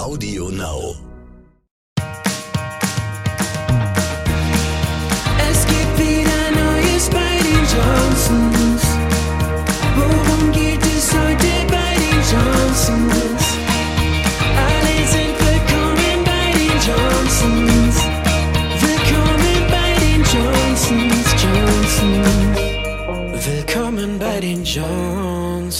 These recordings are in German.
Audio Now. Es gibt wieder Neues bei den Johnsons. Worum geht es heute bei den Johnsons? Alle sind willkommen bei den Johnsons. Willkommen bei den Johnsons, Johnsons. Willkommen bei den Johnsons.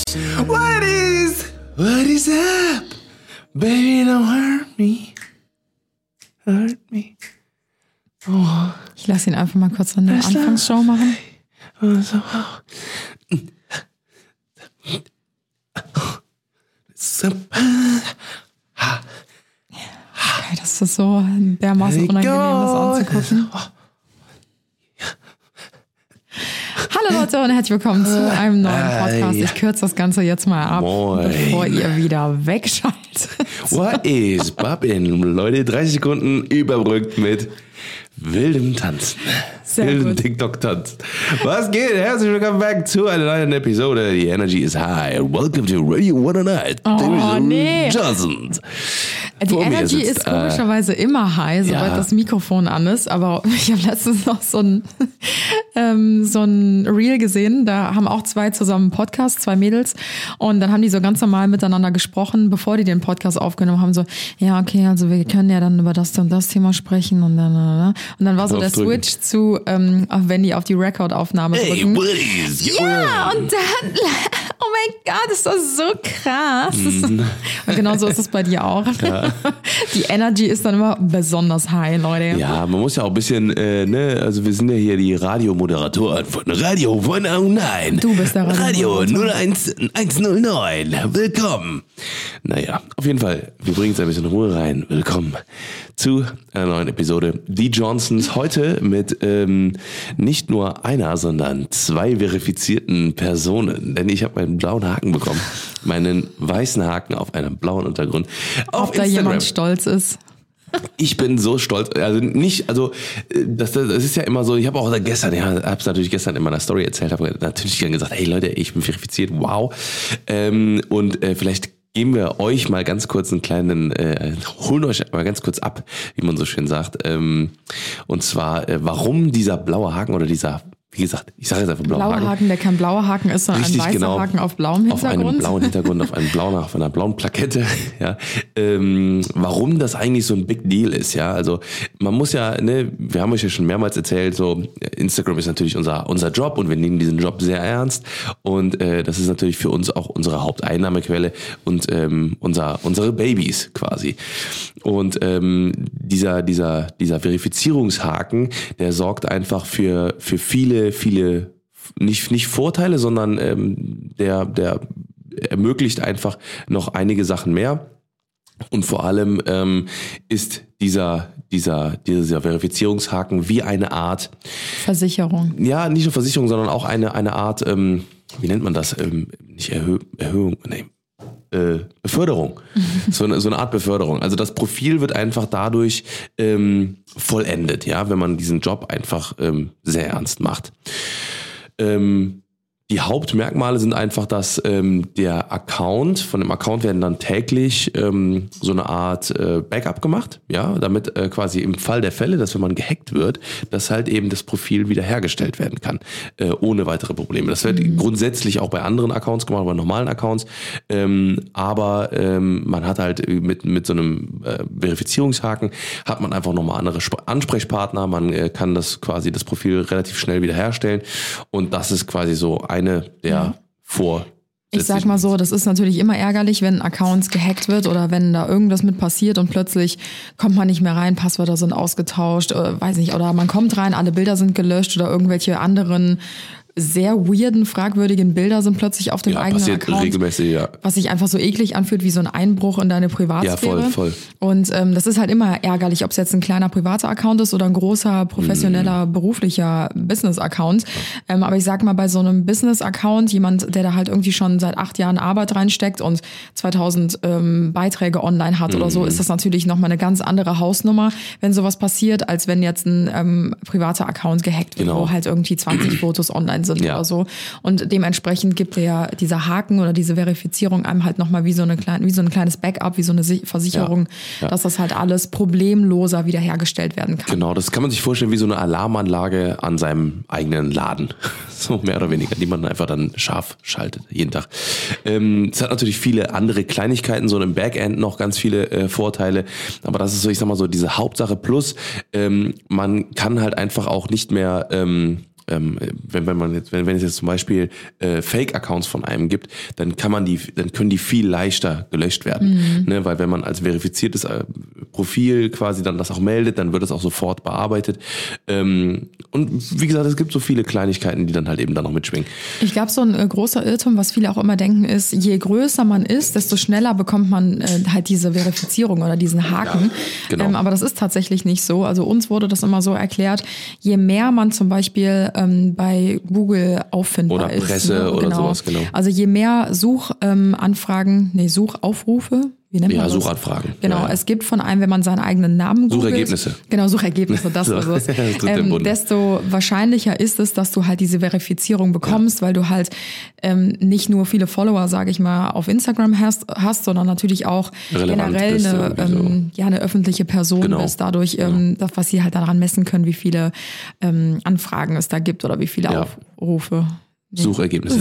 What is up? Baby, don't hurt me. Hurt me. Oh. Ich lasse ihn einfach mal kurz eine Anfangsshow machen. So. Okay, das ist so dermaßen unangenehm, das anzugucken. Hallo Leute und herzlich willkommen zu einem neuen Podcast. Ich kürze das Ganze jetzt mal ab, bevor ihr wieder wegschaltet. What is poppin'? Leute, 30 Sekunden überbrückt mit wildem Tanzen. Wildem TikTok-Tanz. Was geht? Herzlich willkommen back zu einer neuen Episode. Die Energy is high. Welcome to Radio 109. Oh, nee. Johnson. Die Energy ist komischerweise immer high, sobald das Mikrofon an ist. Aber ich habe letztens noch so ein Reel gesehen. Da haben auch zwei zusammen einen Podcast, zwei Mädels. Und dann haben die so ganz normal miteinander gesprochen, bevor die den Podcast aufgenommen haben. So, ja, okay, also wir können ja dann über das und das Thema sprechen. Und dann war so der Switch zu, wenn die auf die Record-Aufnahme drücken. Ja, und dann, oh mein Gott, ist das so krass. Und genau so ist es bei dir auch. Ja. Die Energy ist dann immer besonders high, Leute. Ja, man muss ja auch ein bisschen, also wir sind ja hier die Radiomoderatoren von Radio 109. Du bist der Radio 109. Willkommen. Naja, auf jeden Fall, wir bringen jetzt ein bisschen Ruhe rein. Willkommen zu einer neuen Episode. Die Johnsons heute mit nicht nur einer, sondern zwei verifizierten Personen. Denn ich habe meinen blauen Haken bekommen. Meinen weißen Haken auf einem blauen Untergrund. Ob da jemand stolz ist. Ich bin so stolz, das ist ja immer so, ich habe auch gestern, hab's natürlich gestern in meiner Story erzählt, habe natürlich dann gesagt, hey Leute, ich bin verifiziert, wow. Vielleicht geben wir euch mal ganz kurz einen kleinen, holen euch mal ganz kurz ab, wie man so schön sagt. Und zwar, warum dieser blaue Haken oder dieser, wie gesagt, ich sage jetzt einfach blauer Haken. Der kein blauer Haken ist, sondern ein weißer Haken auf blauem Hintergrund. Auf einem blauen Hintergrund, auf einer blauen Plakette. Ja. Warum das eigentlich so ein Big Deal ist, ja. Also man muss ja, wir haben euch ja schon mehrmals erzählt, so Instagram ist natürlich unser Job und wir nehmen diesen Job sehr ernst. Und das ist natürlich für uns auch unsere Haupteinnahmequelle und unsere Babys quasi. Und dieser Verifizierungshaken, der sorgt einfach für viele nicht Vorteile, sondern der ermöglicht einfach noch einige Sachen mehr. Und vor allem ist dieser Verifizierungshaken wie eine Art Versicherung. Ja, nicht nur Versicherung, sondern auch eine Art, wie nennt man das? Nicht Erhöhung, nee. Beförderung. So eine Art Beförderung. Also das Profil wird einfach dadurch vollendet, ja, wenn man diesen Job einfach sehr ernst macht. Die Hauptmerkmale sind einfach, dass von dem Account werden dann täglich so eine Art Backup gemacht, ja, damit quasi im Fall der Fälle, dass wenn man gehackt wird, dass halt eben das Profil wiederhergestellt werden kann, ohne weitere Probleme. Das wird grundsätzlich auch bei anderen Accounts gemacht, bei normalen Accounts, aber man hat halt mit so einem Verifizierungshaken hat man einfach nochmal andere Ansprechpartner, man kann das Profil relativ schnell wiederherstellen und das ist quasi so eine der Ich sag mal so, das ist natürlich immer ärgerlich, wenn Accounts gehackt wird oder wenn da irgendwas mit passiert und plötzlich kommt man nicht mehr rein, Passwörter sind ausgetauscht, weiß nicht, oder man kommt rein, alle Bilder sind gelöscht oder irgendwelche anderen sehr weirden, fragwürdigen Bilder sind plötzlich auf dem eigenen passiert Account. Regelmäßig, ja. Was sich einfach so eklig anfühlt wie so ein Einbruch in deine Privatsphäre. Ja, voll. Und das ist halt immer ärgerlich, ob es jetzt ein kleiner privater Account ist oder ein großer, professioneller, beruflicher Business-Account. Aber ich sag mal, bei so einem Business-Account, jemand, der da halt irgendwie schon seit 8 Jahren Arbeit reinsteckt und 2000 Beiträge online hat oder so, ist das natürlich nochmal eine ganz andere Hausnummer, wenn sowas passiert, als wenn jetzt ein privater Account gehackt wird, wo halt irgendwie 20 Fotos online sind oder so. Und dementsprechend gibt ja dieser Haken oder diese Verifizierung einem halt nochmal wie so ein kleines Backup, wie so eine Versicherung, dass das halt alles problemloser wiederhergestellt werden kann. Genau, das kann man sich vorstellen wie so eine Alarmanlage an seinem eigenen Laden. So mehr oder weniger, die man einfach dann scharf schaltet, jeden Tag. Es hat natürlich viele andere Kleinigkeiten, so im Backend noch ganz viele Vorteile. Aber das ist so, ich sag mal so, diese Hauptsache plus, man kann halt einfach auch nicht mehr, wenn es jetzt zum Beispiel Fake-Accounts von einem gibt, dann können die viel leichter gelöscht werden. Ne? Weil wenn man als verifiziertes Profil quasi dann das auch meldet, dann wird es auch sofort bearbeitet. Und wie gesagt, es gibt so viele Kleinigkeiten, die dann halt eben da noch mitschwingen. Ich glaube, so ein großer Irrtum, was viele auch immer denken, ist, je größer man ist, desto schneller bekommt man halt diese Verifizierung oder diesen Haken. Ja, genau. Aber das ist tatsächlich nicht so. Also uns wurde das immer so erklärt, je mehr man zum Beispiel bei Google auffindbar ist. Oder Presse oder sowas, genau. Also je mehr Suchaufrufe, wie nennt man das? Suchanfragen. Genau, es gibt von einem, wenn man seinen eigenen Namen googelt. Suchergebnisse. Genau, Suchergebnisse, das ist es. Desto wahrscheinlicher ist es, dass du halt diese Verifizierung bekommst, weil du halt nicht nur viele Follower, sage ich mal, auf Instagram hast, sondern natürlich auch relevant generell eine öffentliche Person bist. Dadurch, das, was sie halt daran messen können, wie viele Anfragen es da gibt oder wie viele Aufrufe. Suchergebnisse.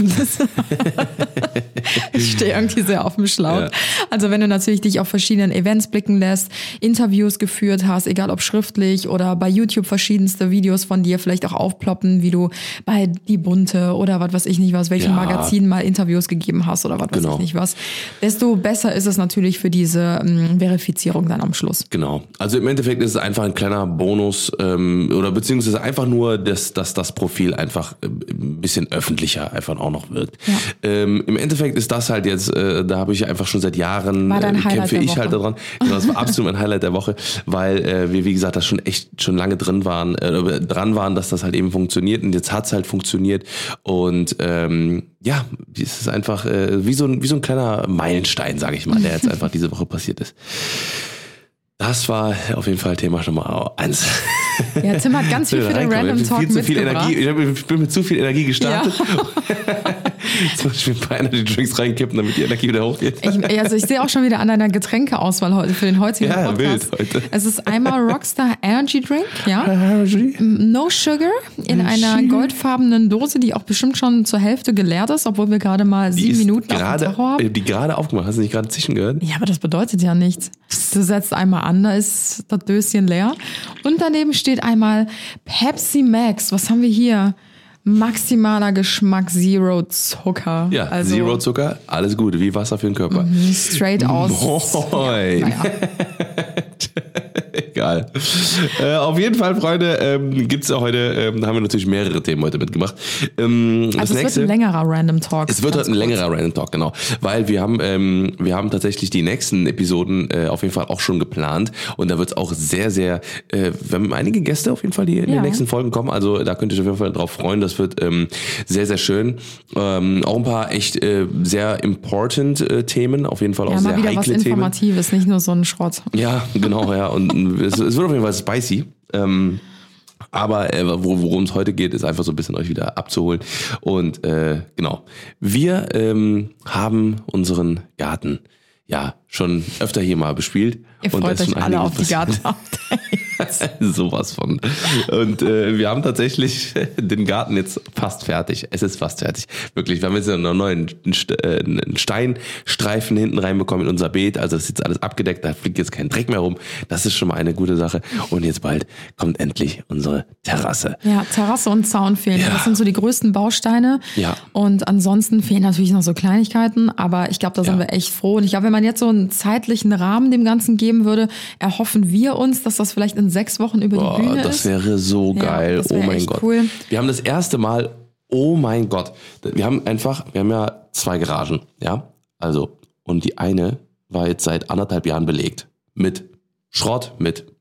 Ich stehe irgendwie sehr auf dem Schlauch. Ja. Also wenn du natürlich dich auf verschiedenen Events blicken lässt, Interviews geführt hast, egal ob schriftlich oder bei YouTube verschiedenste Videos von dir vielleicht auch aufploppen, wie du bei Die Bunte oder was weiß ich nicht was, welchen Magazinen mal Interviews gegeben hast oder was weiß ich nicht was, desto besser ist es natürlich für diese Verifizierung dann am Schluss. Genau. Also im Endeffekt ist es einfach ein kleiner Bonus oder beziehungsweise einfach nur, dass das Profil einfach ein bisschen öffentlicher einfach auch noch wirkt. Ja. Im Endeffekt ist das halt jetzt, da habe ich einfach schon seit Jahren, kämpfe ich halt daran. Genau, das war absolut mein Highlight der Woche, weil wir, wie gesagt, das schon lange dran waren, dass das halt eben funktioniert und jetzt hat's halt funktioniert und es ist einfach wie so ein kleiner Meilenstein, sage ich mal, der jetzt einfach diese Woche passiert ist. Das war auf jeden Fall Thema Nummer 1. Ja, Tim hat ganz viel für den Random Talk mitgebracht. Ich bin mit zu viel Energie gestartet. Ja. Zum Beispiel ein paar Energy Drinks reinkippen, damit die Energie wieder hochgeht. Ich sehe auch schon wieder an deiner Getränkeauswahl heute für den heutigen Podcast. Wild heute. Es ist einmal Rockstar Energy Drink, No Sugar in einer goldfarbenen Dose, die auch bestimmt schon zur Hälfte geleert ist, obwohl wir gerade mal 7 Minuten auf dem Tacho haben. Die gerade aufgemacht, hast du nicht gerade Zischen gehört? Ja, aber das bedeutet ja nichts. Du setzt einmal an, da ist das Döschen leer. Und daneben steht einmal Pepsi Max. Was haben wir hier? Maximaler Geschmack, Zero Zucker. Ja, also, Zero Zucker, alles Gute, wie Wasser für den Körper. Straight aus. Moin. Ja, Egal. Auf jeden Fall, Freunde, gibt's ja heute, haben wir natürlich mehrere Themen heute mitgemacht. Also es wird ein längerer Random Talk. Es wird heute ein längerer Random Talk, genau. Weil wir haben tatsächlich die nächsten Episoden auf jeden Fall auch schon geplant. Und da wird's auch sehr, sehr, wir haben einige Gäste auf jeden Fall, die in den nächsten Folgen kommen. Also da könnt ihr euch auf jeden Fall drauf freuen. Das wird sehr, sehr schön. Auch ein paar echt sehr important Themen, auf jeden Fall auch sehr heikle Themen. Ja, mal wieder was Informatives, nicht nur so ein Schrott. Ja, genau, ja. Und es wird auf jeden Fall spicy. Aber worum es heute geht, ist einfach so ein bisschen euch wieder abzuholen. Und genau, wir haben unseren Garten ja schon öfter hier mal bespielt. Ihr freut euch alle auf die Gartenupdates. Sowas von. Und wir haben tatsächlich den Garten jetzt fast fertig. Es ist fast fertig. Wirklich, wir haben jetzt einen neuen Steinstreifen hinten reinbekommen in unser Beet. Also das ist jetzt alles abgedeckt, da fliegt jetzt kein Dreck mehr rum. Das ist schon mal eine gute Sache. Und jetzt bald kommt endlich unsere Terrasse. Ja, Terrasse und Zaun fehlen. Ja. Das sind so die größten Bausteine. Ja. Und ansonsten fehlen natürlich noch so Kleinigkeiten. Aber ich glaube, da sind wir echt froh. Und ich glaube, wenn man jetzt so einen zeitlichen Rahmen dem Ganzen geben würde, erhoffen wir uns, dass das vielleicht in 6 Wochen über die Bühne ist. Das wäre so geil. Das wäre echt cool. Wir haben das erste Mal, oh mein Gott, wir haben ja 2 Garagen, ja, also, und die eine war jetzt seit 1,5 Jahren belegt. Mit Schrott, mit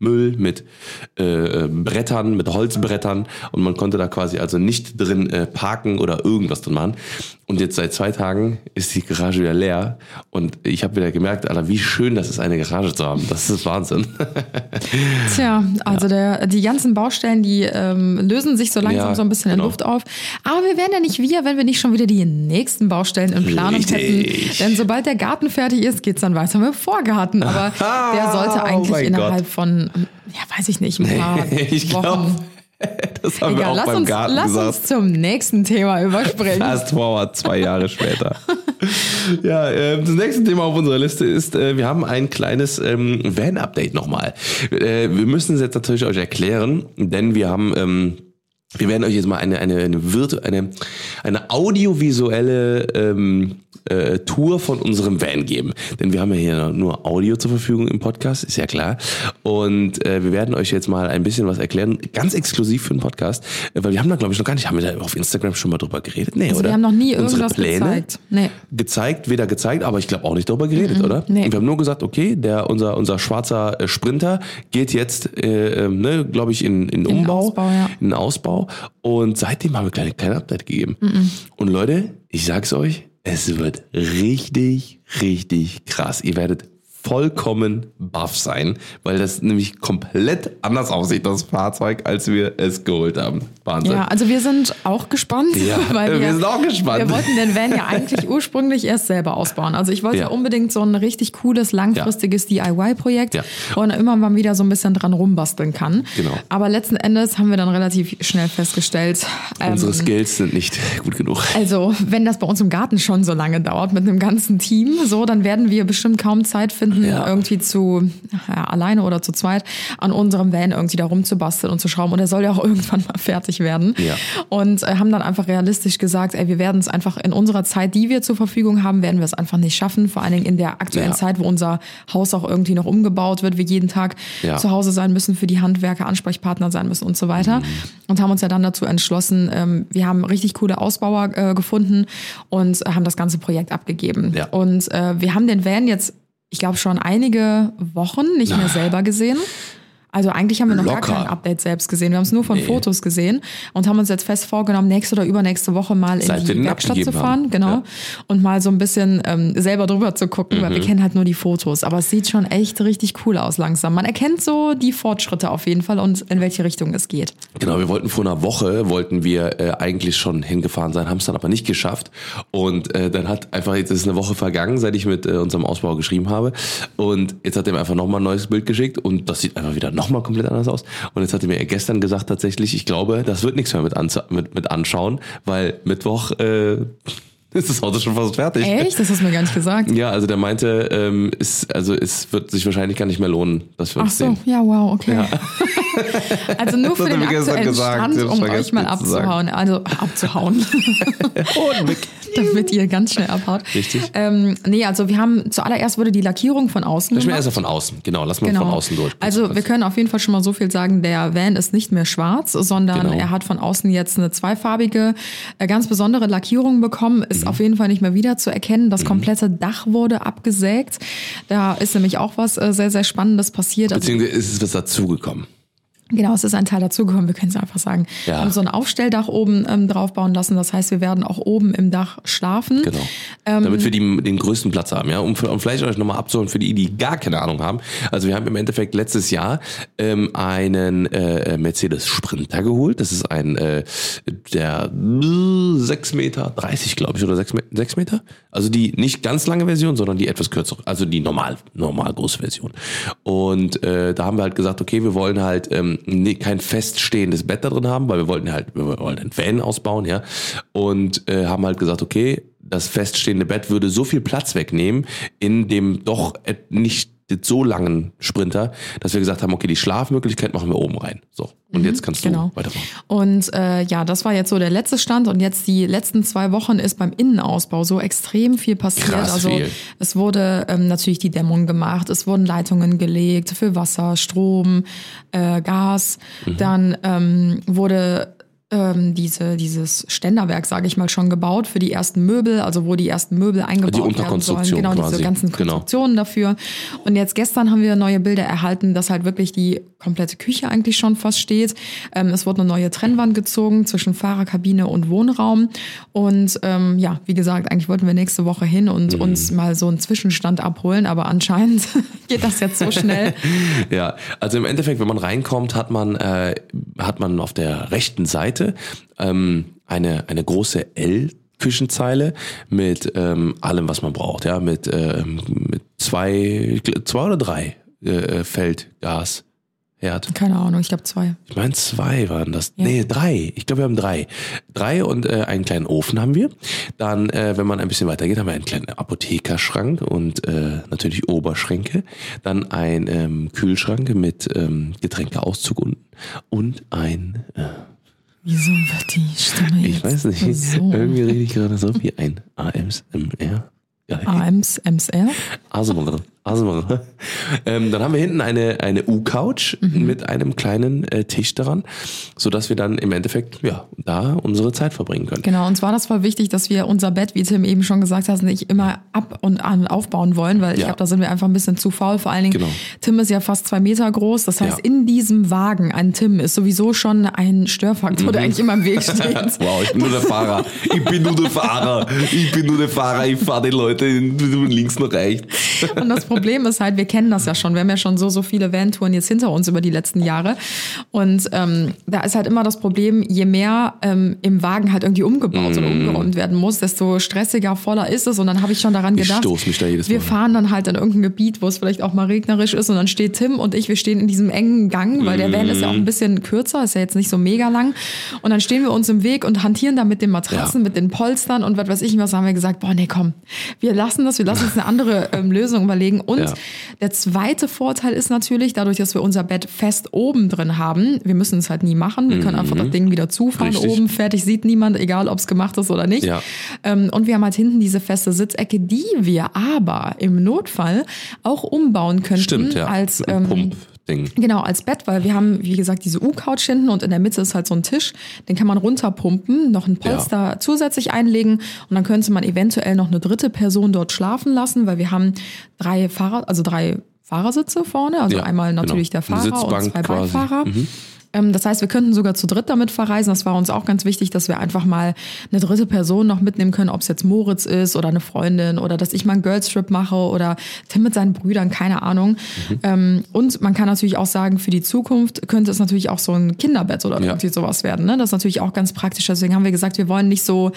Müll, mit Brettern, mit Holzbrettern und man konnte da quasi also nicht drin parken oder irgendwas drin machen. Und jetzt seit 2 Tagen ist die Garage wieder leer und ich habe wieder gemerkt, Alter, wie schön das ist, eine Garage zu haben. Das ist Wahnsinn. Tja, also die ganzen Baustellen, die lösen sich so langsam so ein bisschen in Luft auf. Aber wir wären ja nicht wenn wir nicht schon wieder die nächsten Baustellen in Planung hätten. Denn sobald der Garten fertig ist, geht's dann weiter mit dem Vorgarten. Aber der sollte eigentlich innerhalb von, weiß ich nicht, ein paar Wochen... Das haben wir auch beim Garten gesagt. Lass uns zum nächsten Thema überspringen. Fast forward 2 Jahre später. Ja, das nächste Thema auf unserer Liste ist, wir haben ein kleines Van-Update nochmal. Wir müssen es jetzt natürlich euch erklären, denn wir haben... wir werden euch jetzt mal eine audiovisuelle Tour von unserem Van geben. Denn wir haben ja hier nur Audio zur Verfügung im Podcast, ist ja klar. Und wir werden euch jetzt mal ein bisschen was erklären, ganz exklusiv für den Podcast. Weil wir haben da, glaube ich, noch gar nicht, haben wir da auf Instagram schon mal drüber geredet? Nee, also oder? Wir haben noch nie Unsere irgendwas Pläne gezeigt. Weder gezeigt, aber ich glaube auch nicht darüber geredet, oder? Nee. Und wir haben nur gesagt, okay, unser schwarzer Sprinter geht jetzt, glaube ich, in Umbau, Ausbau, ja. in Ausbau. Und seitdem haben wir kleine Update gegeben. Und Leute, ich sag's euch, es wird richtig, richtig krass. Ihr werdet vollkommen baff sein, weil das nämlich komplett anders aussieht, das Fahrzeug, als wir es geholt haben. Wahnsinn. Ja, also wir sind auch gespannt. Ja, weil wir sind auch gespannt. Wir wollten den Van ja eigentlich ursprünglich erst selber ausbauen. Also ich wollte ja unbedingt so ein richtig cooles, langfristiges DIY-Projekt, wo man immer mal wieder so ein bisschen dran rumbasteln kann. Genau. Aber letzten Endes haben wir dann relativ schnell festgestellt, unsere Skills sind nicht gut genug. Also wenn das bei uns im Garten schon so lange dauert mit einem ganzen Team, dann werden wir bestimmt kaum Zeit finden, irgendwie alleine oder zu zweit an unserem Van irgendwie da rumzubasteln und zu schrauben. Und er soll ja auch irgendwann mal fertig werden. Ja. Und haben dann einfach realistisch gesagt, wir werden es einfach in unserer Zeit, die wir zur Verfügung haben, werden wir es einfach nicht schaffen. Vor allen Dingen in der aktuellen Zeit, wo unser Haus auch irgendwie noch umgebaut wird, wir jeden Tag zu Hause sein müssen, für die Handwerker Ansprechpartner sein müssen und so weiter. Und haben uns ja dann dazu entschlossen, wir haben richtig coole Ausbauer gefunden und haben das ganze Projekt abgegeben. Ja. Und wir haben den Van jetzt, ich glaube, schon einige Wochen nicht mehr selber gesehen. Also eigentlich haben wir noch gar kein Update selbst gesehen. Wir haben es nur von Fotos gesehen und haben uns jetzt fest vorgenommen, nächste oder übernächste Woche mal in die Werkstatt zu fahren. Genau. Und mal so ein bisschen selber drüber zu gucken, weil wir kennen halt nur die Fotos. Aber es sieht schon echt richtig cool aus langsam. Man erkennt so die Fortschritte auf jeden Fall und in welche Richtung es geht. Genau, wir wollten vor einer Woche, eigentlich schon hingefahren sein, haben es dann aber nicht geschafft. Und dann jetzt ist eine Woche vergangen, seit ich mit unserem Ausbauer geschrieben habe. Und jetzt hat er mir einfach nochmal ein neues Bild geschickt und das sieht einfach wieder nochmal komplett anders aus. Und jetzt hat er mir gestern gesagt, tatsächlich, ich glaube, das wird nichts mehr mit anschauen, weil Mittwoch ist das Auto schon fast fertig. Echt? Das hast du mir gar nicht gesagt. Ja, also der meinte, es wird sich wahrscheinlich gar nicht mehr lohnen, dass wir uns sehen. Ja, wow, okay. Ja. Also nur für den aktuellen Stand, um euch mal abzuhauen. Also abzuhauen. Damit ihr ganz schnell abhaut. Richtig. Also wir haben, zuallererst wurde die Lackierung von außen gemacht. Erst von außen, genau. Lass mal von außen durch. Also wir können auf jeden Fall schon mal so viel sagen, der Van ist nicht mehr schwarz, sondern er hat von außen jetzt eine zweifarbige, ganz besondere Lackierung bekommen. Ist auf jeden Fall nicht mehr wieder zu erkennen. Das komplette Dach wurde abgesägt. Da ist nämlich auch was sehr, sehr Spannendes passiert. Beziehungsweise ist es was dazugekommen. Genau, es ist ein Teil dazugekommen, wir können es einfach sagen. Wir haben so ein Aufstelldach oben drauf bauen lassen, das heißt, wir werden auch oben im Dach schlafen. Genau, damit wir den größten Platz haben, um vielleicht euch nochmal abzuholen für die gar keine Ahnung haben. Also wir haben im Endeffekt letztes Jahr einen Mercedes Sprinter geholt, das ist der 6,30 Meter, glaube ich, oder 6 Meter. Also die nicht ganz lange Version, sondern die etwas kürzere, also die normal große Version. Und da haben wir halt gesagt, okay, wir wollen halt kein feststehendes Bett da drin haben, weil wir wollten ein Van ausbauen, und haben halt gesagt, okay, das feststehende Bett würde so viel Platz wegnehmen in dem doch nicht so langen Sprinter, dass wir gesagt haben, okay, die Schlafmöglichkeit machen wir oben rein. So, und jetzt kannst du weitermachen. Und das war jetzt so der letzte Stand und jetzt die letzten 2 Wochen ist beim Innenausbau so extrem viel passiert. Krass viel. Es wurde natürlich die Dämmung gemacht, es wurden Leitungen gelegt für Wasser, Strom, Gas, dann wurde dieses Ständerwerk, sage ich mal, schon gebaut für die ersten Möbel, also wo die ersten Möbel eingebaut werden sollen. Genau, quasi. Diese ganzen Konstruktionen dafür. Und jetzt gestern haben wir neue Bilder erhalten, dass halt wirklich die komplette Küche eigentlich schon fast steht. Es wurde eine neue Trennwand gezogen zwischen Fahrerkabine und Wohnraum. Und wie gesagt, eigentlich wollten wir nächste Woche hin und uns mal so einen Zwischenstand abholen, aber anscheinend geht das jetzt so schnell. Ja, also im Endeffekt, wenn man reinkommt, hat man auf der rechten Seite eine große L-Küchenzeile mit allem, was man braucht, ja, mit zwei oder drei Feldgas. Herd. Keine Ahnung, ich glaube 2. Ich meine 2 waren das. Ja. Nee, 3. Ich glaube, wir haben 3. 3 und einen kleinen Ofen haben wir. Dann, wenn man ein bisschen weiter geht, haben wir einen kleinen Apothekerschrank und natürlich Oberschränke. Dann ein Kühlschrank mit Getränkeauszug unten. Und ein... Wieso wird die Stimme Ich weiß nicht. So? Irgendwie rede ich gerade so wie ein ASMR. ASMR? ASMR. Dann haben wir hinten eine U-Couch mit einem kleinen Tisch daran, sodass wir dann im Endeffekt da unsere Zeit verbringen können. Genau, uns war das voll wichtig, dass wir unser Bett, wie Tim eben schon gesagt hat, nicht immer ab und an aufbauen wollen, weil ich glaube, da sind wir einfach ein bisschen zu faul. Vor allen Dingen, Tim ist ja fast 2 Meter groß, das heißt, in diesem Wagen ein Tim ist sowieso schon ein Störfaktor, der eigentlich immer im Weg steht. Wow, ich bin nur der Fahrer. Ich fahre den Leuten links nach rechts. Und das Problem ist halt, wir kennen das ja schon. Wir haben ja schon so viele Van-Touren jetzt hinter uns über die letzten Jahre. Und da ist halt immer das Problem, je mehr im Wagen halt irgendwie umgebaut oder umgeräumt werden muss, desto stressiger, voller ist es. Und dann habe ich schon daran gedacht, ich stoß mich da jedes Mal. Wir fahren dann halt in irgendein Gebiet, wo es vielleicht auch mal regnerisch ist. Und dann steht Tim und ich, wir stehen in diesem engen Gang, weil der Van ist ja auch ein bisschen kürzer, ist ja jetzt nicht so mega lang. Und dann stehen wir uns im Weg und hantieren da mit den Matratzen, mit den Polstern und was weiß ich was, haben wir gesagt, boah, nee, komm, wir lassen uns eine andere Lösung überlegen. Und der zweite Vorteil ist natürlich, dadurch, dass wir unser Bett fest oben drin haben, wir müssen es halt nie machen, wir können einfach das Ding wieder zufahren, oben fertig, sieht niemand, egal ob es gemacht ist oder nicht. Ja. Und wir haben halt hinten diese feste Sitzecke, die wir aber im Notfall auch umbauen könnten als Ding. Genau, als Bett, weil wir haben, wie gesagt, diese U-Couch hinten und in der Mitte ist halt so ein Tisch, den kann man runterpumpen, noch ein Polster zusätzlich einlegen und dann könnte man eventuell noch eine dritte Person dort schlafen lassen, weil wir haben 3 Fahrersitze vorne, also einmal natürlich der Fahrer und 2 Beifahrer. Das heißt, wir könnten sogar zu dritt damit verreisen. Das war uns auch ganz wichtig, dass wir einfach mal eine dritte Person noch mitnehmen können, ob es jetzt Moritz ist oder eine Freundin oder dass ich mal einen Girlstrip mache oder Tim mit seinen Brüdern, keine Ahnung. Und man kann natürlich auch sagen, für die Zukunft könnte es natürlich auch so ein Kinderbett oder irgendwie sowas werden. Ne? Das ist natürlich auch ganz praktisch. Deswegen haben wir gesagt, wir wollen nicht so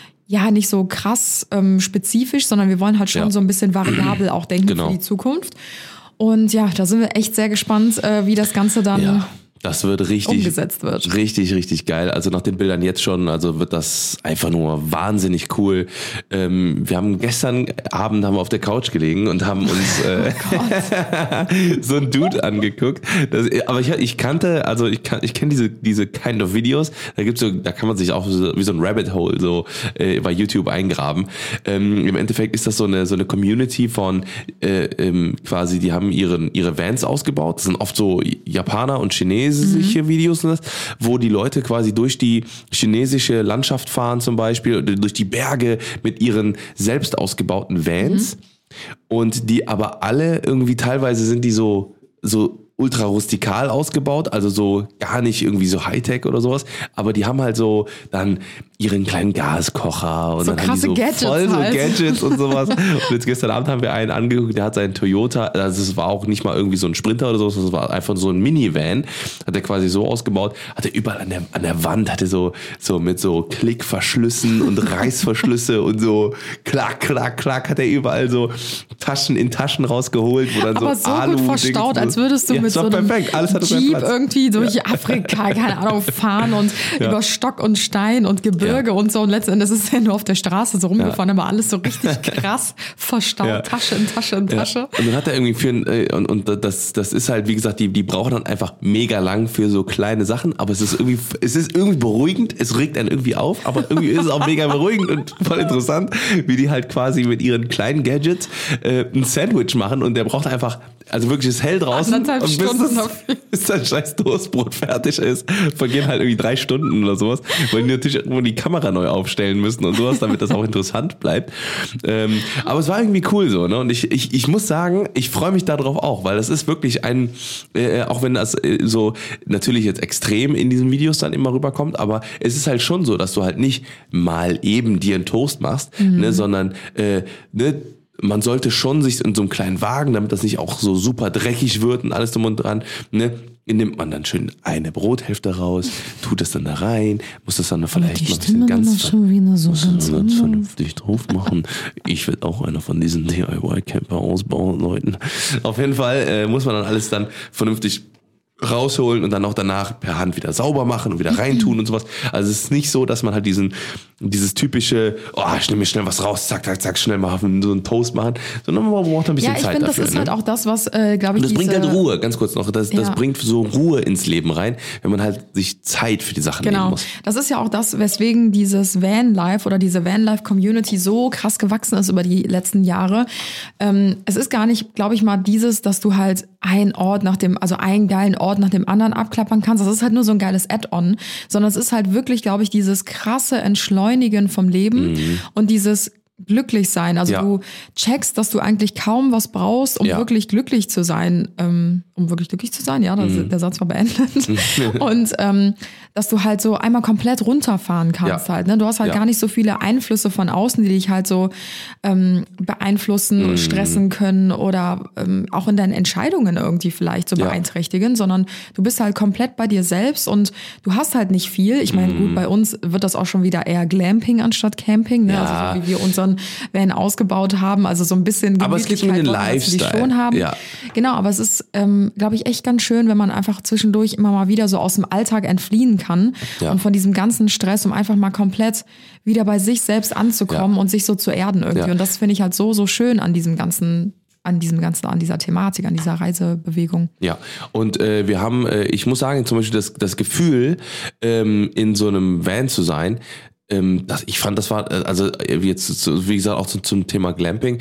krass spezifisch, sondern wir wollen halt schon so ein bisschen variabel auch denken für die Zukunft. Und da sind wir echt sehr gespannt, wie das Ganze dann das wird umgesetzt wird. Richtig geil. Also nach den Bildern jetzt schon, also wird das einfach nur wahnsinnig cool. Wir haben gestern Abend auf der Couch gelegen und haben uns so einen Dude angeguckt. Aber ich kenne diese kind of Videos. Da kann man sich auch wie so ein Rabbit Hole so bei YouTube eingraben. Im Endeffekt ist das so eine Community von quasi, die haben ihre Vans ausgebaut. Das sind oft so Japaner und Chinesen. Videos, wo die Leute quasi durch die chinesische Landschaft fahren zum Beispiel, oder durch die Berge mit ihren selbst ausgebauten Vans und die aber alle irgendwie teilweise sind die so ultra rustikal ausgebaut, also so gar nicht irgendwie so Hightech oder sowas, aber die haben halt so dann ihren kleinen Gaskocher und so dann haben die so Gadgets voll halt. so Gadgets und sowas. Und jetzt gestern Abend haben wir einen angeguckt, der hat seinen Toyota, also es war auch nicht mal irgendwie so ein Sprinter oder so, es war einfach so ein Minivan, hat er quasi so ausgebaut, hat er überall an der Wand, hatte so mit so Klickverschlüssen und Reißverschlüsse und so klack, hat er überall so Taschen rausgeholt, wo dann aber so gut verstaut, als würdest du mit so einem Jeep irgendwie durch Afrika, keine Ahnung, fahren und über Stock und Stein und Gebirge und so. Und letzten Endes ist er nur auf der Straße so rumgefahren, aber alles so richtig krass verstaut, Tasche in Tasche in Tasche. Und dann hat er irgendwie und das ist halt, wie gesagt, die brauchen dann einfach mega lang für so kleine Sachen, aber es ist irgendwie beruhigend, es regt einen irgendwie auf, aber irgendwie ist es auch mega beruhigend und voll interessant, wie die halt quasi mit ihren kleinen Gadgets ein Sandwich machen und der braucht einfach Also wirklich, es ist hell draußen. 1,5 und Stunden bis das scheiß Toastbrot fertig ist, vergehen halt irgendwie 3 Stunden oder sowas, weil die natürlich irgendwo die Kamera neu aufstellen müssen und sowas, damit das auch interessant bleibt. Aber es war irgendwie cool so, ne? Und ich muss sagen, ich freue mich darauf auch, weil das ist wirklich ein, auch wenn das so natürlich jetzt extrem in diesen Videos dann immer rüberkommt, aber es ist halt schon so, dass du halt nicht mal eben dir einen Toast machst, ne, sondern ne, man sollte schon sich in so einem kleinen Wagen, damit das nicht auch so super dreckig wird und alles drum und dran, ne, nimmt man dann schön eine Brothälfte raus, tut es dann da rein, muss das dann vielleicht mal ein bisschen ganz vernünftig drauf machen. Ich werde auch einer von diesen DIY-Camper ausbauen, Leuten. Auf jeden Fall muss man dann alles dann vernünftig rausholen und dann auch danach per Hand wieder sauber machen und wieder reintun und sowas. Also es ist nicht so, dass man halt dieses typische, ich nehme mir schnell was raus, zack, zack, zack, schnell machen, so einen Toast machen, sondern man braucht ein bisschen Zeit dafür. Ja, ich finde, das ist halt auch das, was, glaube ich, das bringt halt Ruhe, ganz kurz noch, das bringt so Ruhe ins Leben rein, wenn man halt sich Zeit für die Sachen nehmen muss. Das ist ja auch das, weswegen dieses Vanlife oder diese Vanlife-Community so krass gewachsen ist über die letzten Jahre. Es ist gar nicht, glaube ich mal, dass du halt einen geilen Ort nach dem anderen abklappern kannst. Das ist halt nur so ein geiles Add-on, sondern es ist halt wirklich, glaube ich, dieses krasse Entschleunigen vom Leben und dieses Glücklichsein. Also du checkst, dass du eigentlich kaum was brauchst, um wirklich glücklich zu sein. Ja, der Satz war beendet. Und dass du halt so einmal komplett runterfahren kannst halt. Ne? Du hast halt gar nicht so viele Einflüsse von außen, die dich halt so beeinflussen und stressen können oder auch in deinen Entscheidungen irgendwie vielleicht so beeinträchtigen, sondern du bist halt komplett bei dir selbst und du hast halt nicht viel. Ich meine, gut, bei uns wird das auch schon wieder eher Glamping anstatt Camping, ne? Also so wie wir unseren Van ausgebaut haben, also so ein bisschen aber es geht um den Lifestyle. Die schon haben. Ja. Genau, aber es ist, glaube ich, echt ganz schön, wenn man einfach zwischendurch immer mal wieder so aus dem Alltag entfliehen kann und von diesem ganzen Stress, um einfach mal komplett wieder bei sich selbst anzukommen und sich so zu erden irgendwie. Ja. Und das finde ich halt so schön an dieser Thematik, an dieser Reisebewegung. Ja, und wir haben, ich muss sagen, zum Beispiel das Gefühl, in so einem Van zu sein, ich fand, das war, also jetzt, wie gesagt, auch zum Thema Glamping,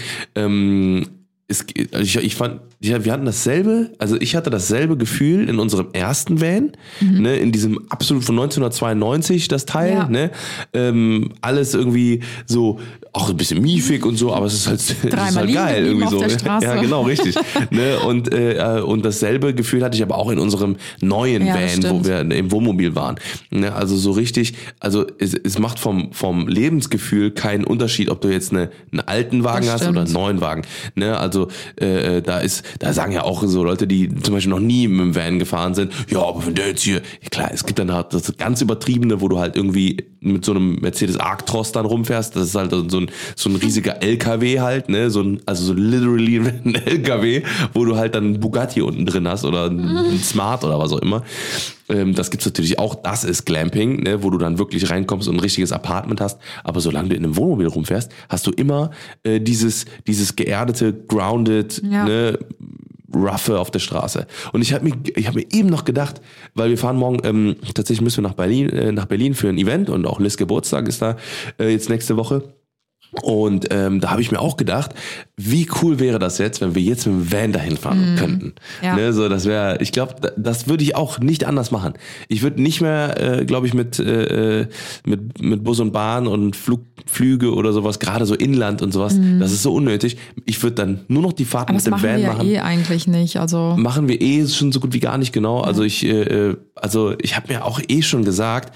ich fand, wir hatten dasselbe, also ich hatte dasselbe Gefühl in unserem ersten Van, ne, in diesem absolut von 1992, das Teil, ne, alles irgendwie so, auch ein bisschen miefig und so, aber es ist halt geil, irgendwie so. Ja, genau, richtig. Ne, und dasselbe Gefühl hatte ich aber auch in unserem neuen Van, wo wir im Wohnmobil waren. Ne, also so richtig, also es macht vom Lebensgefühl keinen Unterschied, ob du jetzt einen alten Wagen hast oder einen neuen Wagen. Ne, also da sagen ja auch so Leute, die zum Beispiel noch nie mit dem Van gefahren sind, ja, aber wenn der jetzt hier, klar, es gibt dann halt das ganz Übertriebene, wo du halt irgendwie mit so einem Mercedes Arctros dann rumfährst, das ist halt so ein riesiger LKW halt, ne, also literally ein LKW, wo du halt dann einen Bugatti unten drin hast oder ein Smart oder was auch immer. Das gibt's natürlich auch, das ist Glamping, ne, wo du dann wirklich reinkommst und ein richtiges Apartment hast, aber solange du in einem Wohnmobil rumfährst, hast du immer dieses geerdete, grounded, ne, roughe auf der Straße. Und ich hab mir eben noch gedacht, weil wir fahren morgen, tatsächlich müssen wir nach Berlin für ein Event und auch Liz Geburtstag ist da jetzt nächste Woche. Und da habe ich mir auch gedacht, wie cool wäre das jetzt, wenn wir jetzt mit dem Van dahin fahren könnten. Ja. Ne, so, das wäre, ich glaube, das würde ich auch nicht anders machen. Ich würde nicht mehr, glaube ich, mit Bus und Bahn und Flüge oder sowas, gerade so Inland und sowas, das ist so unnötig. Ich würde dann nur noch die Fahrt mit dem Van machen. Das machen wir ja eigentlich nicht. Also machen wir schon so gut wie gar nicht, genau. Also ich habe mir auch schon gesagt,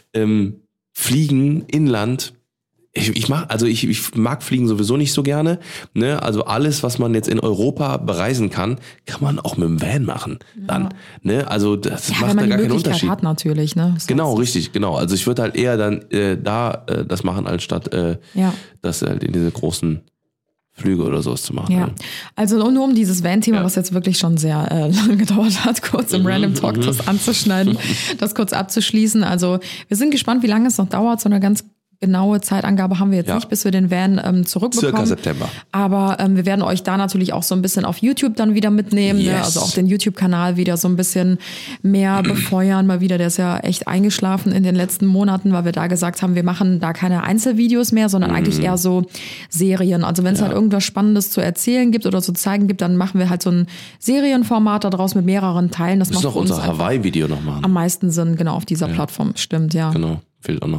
Fliegen, Inland, ich mag Fliegen sowieso nicht so gerne, ne? Also alles, was man jetzt in Europa bereisen kann man auch mit dem Van machen. Dann, ne? Also das macht da gar keinen Unterschied. Hat natürlich, ne? Das genau, richtig, genau. Also ich würde halt eher dann das machen, anstatt das halt in diese großen Flüge oder sowas zu machen. Ja, also nur um dieses Van-Thema, was jetzt wirklich schon sehr lange gedauert hat, kurz im Random Talk das anzuschneiden, das kurz abzuschließen. Also wir sind gespannt, wie lange es noch dauert. So eine ganz genaue Zeitangabe haben wir jetzt nicht, bis wir den Van zurückbekommen. Circa September. Aber wir werden euch da natürlich auch so ein bisschen auf YouTube dann wieder mitnehmen. Yes. Ne? Also auch den YouTube-Kanal wieder so ein bisschen mehr befeuern. Mal wieder, der ist ja echt eingeschlafen in den letzten Monaten, weil wir da gesagt haben, wir machen da keine Einzelvideos mehr, sondern eigentlich eher so Serien. Also wenn es halt irgendwas Spannendes zu erzählen gibt oder zu zeigen gibt, dann machen wir halt so ein Serienformat daraus mit mehreren Teilen. Das Wir müssen macht auch für uns unser Hawaii-Video noch machen. am meisten Sinn, genau, auf dieser Plattform. Stimmt, ja. Genau, fehlt auch noch.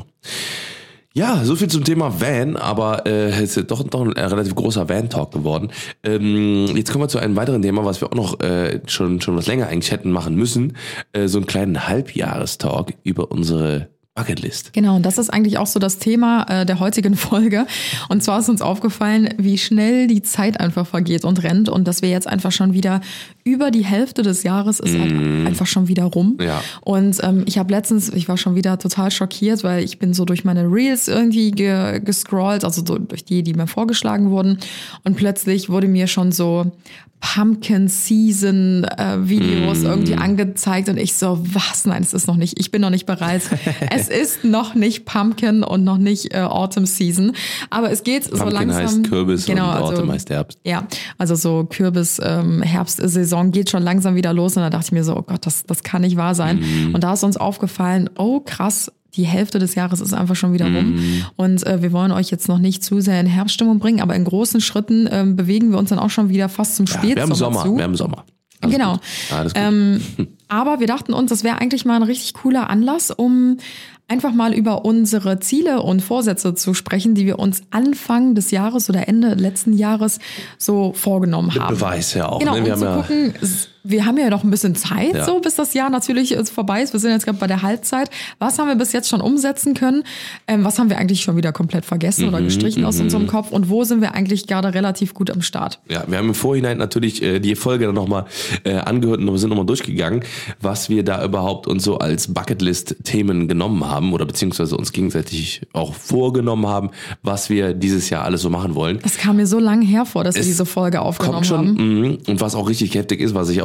Ja, so viel zum Thema Van, aber es ist doch ein relativ großer Van-Talk geworden. Jetzt kommen wir zu einem weiteren Thema, was wir auch noch schon was länger eigentlich hätten machen müssen. So einen kleinen Halbjahrestalk über unsere Bucketlist. Genau, und das ist eigentlich auch so das Thema der heutigen Folge. Und zwar ist uns aufgefallen, wie schnell die Zeit einfach vergeht und rennt und dass wir jetzt einfach schon wieder über die Hälfte des Jahres ist halt einfach schon wieder rum. Ja. Und ich war schon wieder total schockiert, weil ich bin so durch meine Reels irgendwie gescrollt, also so durch die mir vorgeschlagen wurden. Und plötzlich wurde mir schon so Pumpkin Season Videos irgendwie angezeigt und ich so, was? Nein, es ist noch nicht. Ich bin noch nicht bereit. Es ist noch nicht Pumpkin und noch nicht Autumn Season. Aber es geht Pumpkin so langsam. heißt Kürbis und also, Autumn heißt Herbst. Ja, also so Kürbis Herbstsaison geht schon langsam wieder los und da dachte ich mir so, oh Gott, das kann nicht wahr sein. Und da ist uns aufgefallen, oh krass, die Hälfte des Jahres ist einfach schon wieder rum. Und wir wollen euch jetzt noch nicht zu sehr in Herbststimmung bringen, aber in großen Schritten bewegen wir uns dann auch schon wieder fast zum Spätsommer zu. Wir haben Sommer. Alles genau. Gut. Alles gut. Aber wir dachten uns, das wäre eigentlich mal ein richtig cooler Anlass, um einfach mal über unsere Ziele und Vorsätze zu sprechen, die wir uns Anfang des Jahres oder Ende letzten Jahres so vorgenommen haben. Beweis ja auch. Genau, Ne? um zu gucken, wir haben ja noch ein bisschen Zeit, Ja. so bis das Jahr natürlich vorbei ist. Wir sind jetzt gerade bei der Halbzeit. Was haben wir bis jetzt schon umsetzen können? Was haben wir eigentlich schon wieder komplett vergessen oder gestrichen aus unserem Kopf? Und wo sind wir eigentlich gerade relativ gut am Start? Ja, wir haben im Vorhinein natürlich die Folge dann nochmal angehört und sind nochmal durchgegangen, was wir da überhaupt uns so als Bucketlist-Themen genommen haben oder beziehungsweise uns gegenseitig auch vorgenommen haben, was wir dieses Jahr alles so machen wollen. Es kam mir so lange hervor, dass wir diese Folge aufgenommen haben. Und was auch richtig heftig ist, was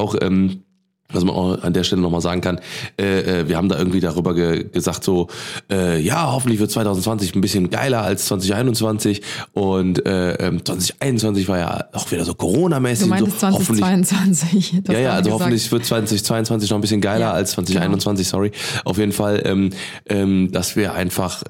man auch an der Stelle nochmal sagen kann, wir haben da irgendwie darüber gesagt so, ja, hoffentlich wird 2020 ein bisschen geiler als 2021 und 2021 war ja auch wieder so Corona-mäßig. Du meintest so, 2022. Ja, also hoffentlich wird 2022 noch ein bisschen geiler als 2021, sorry. Auf jeden Fall, dass wir einfach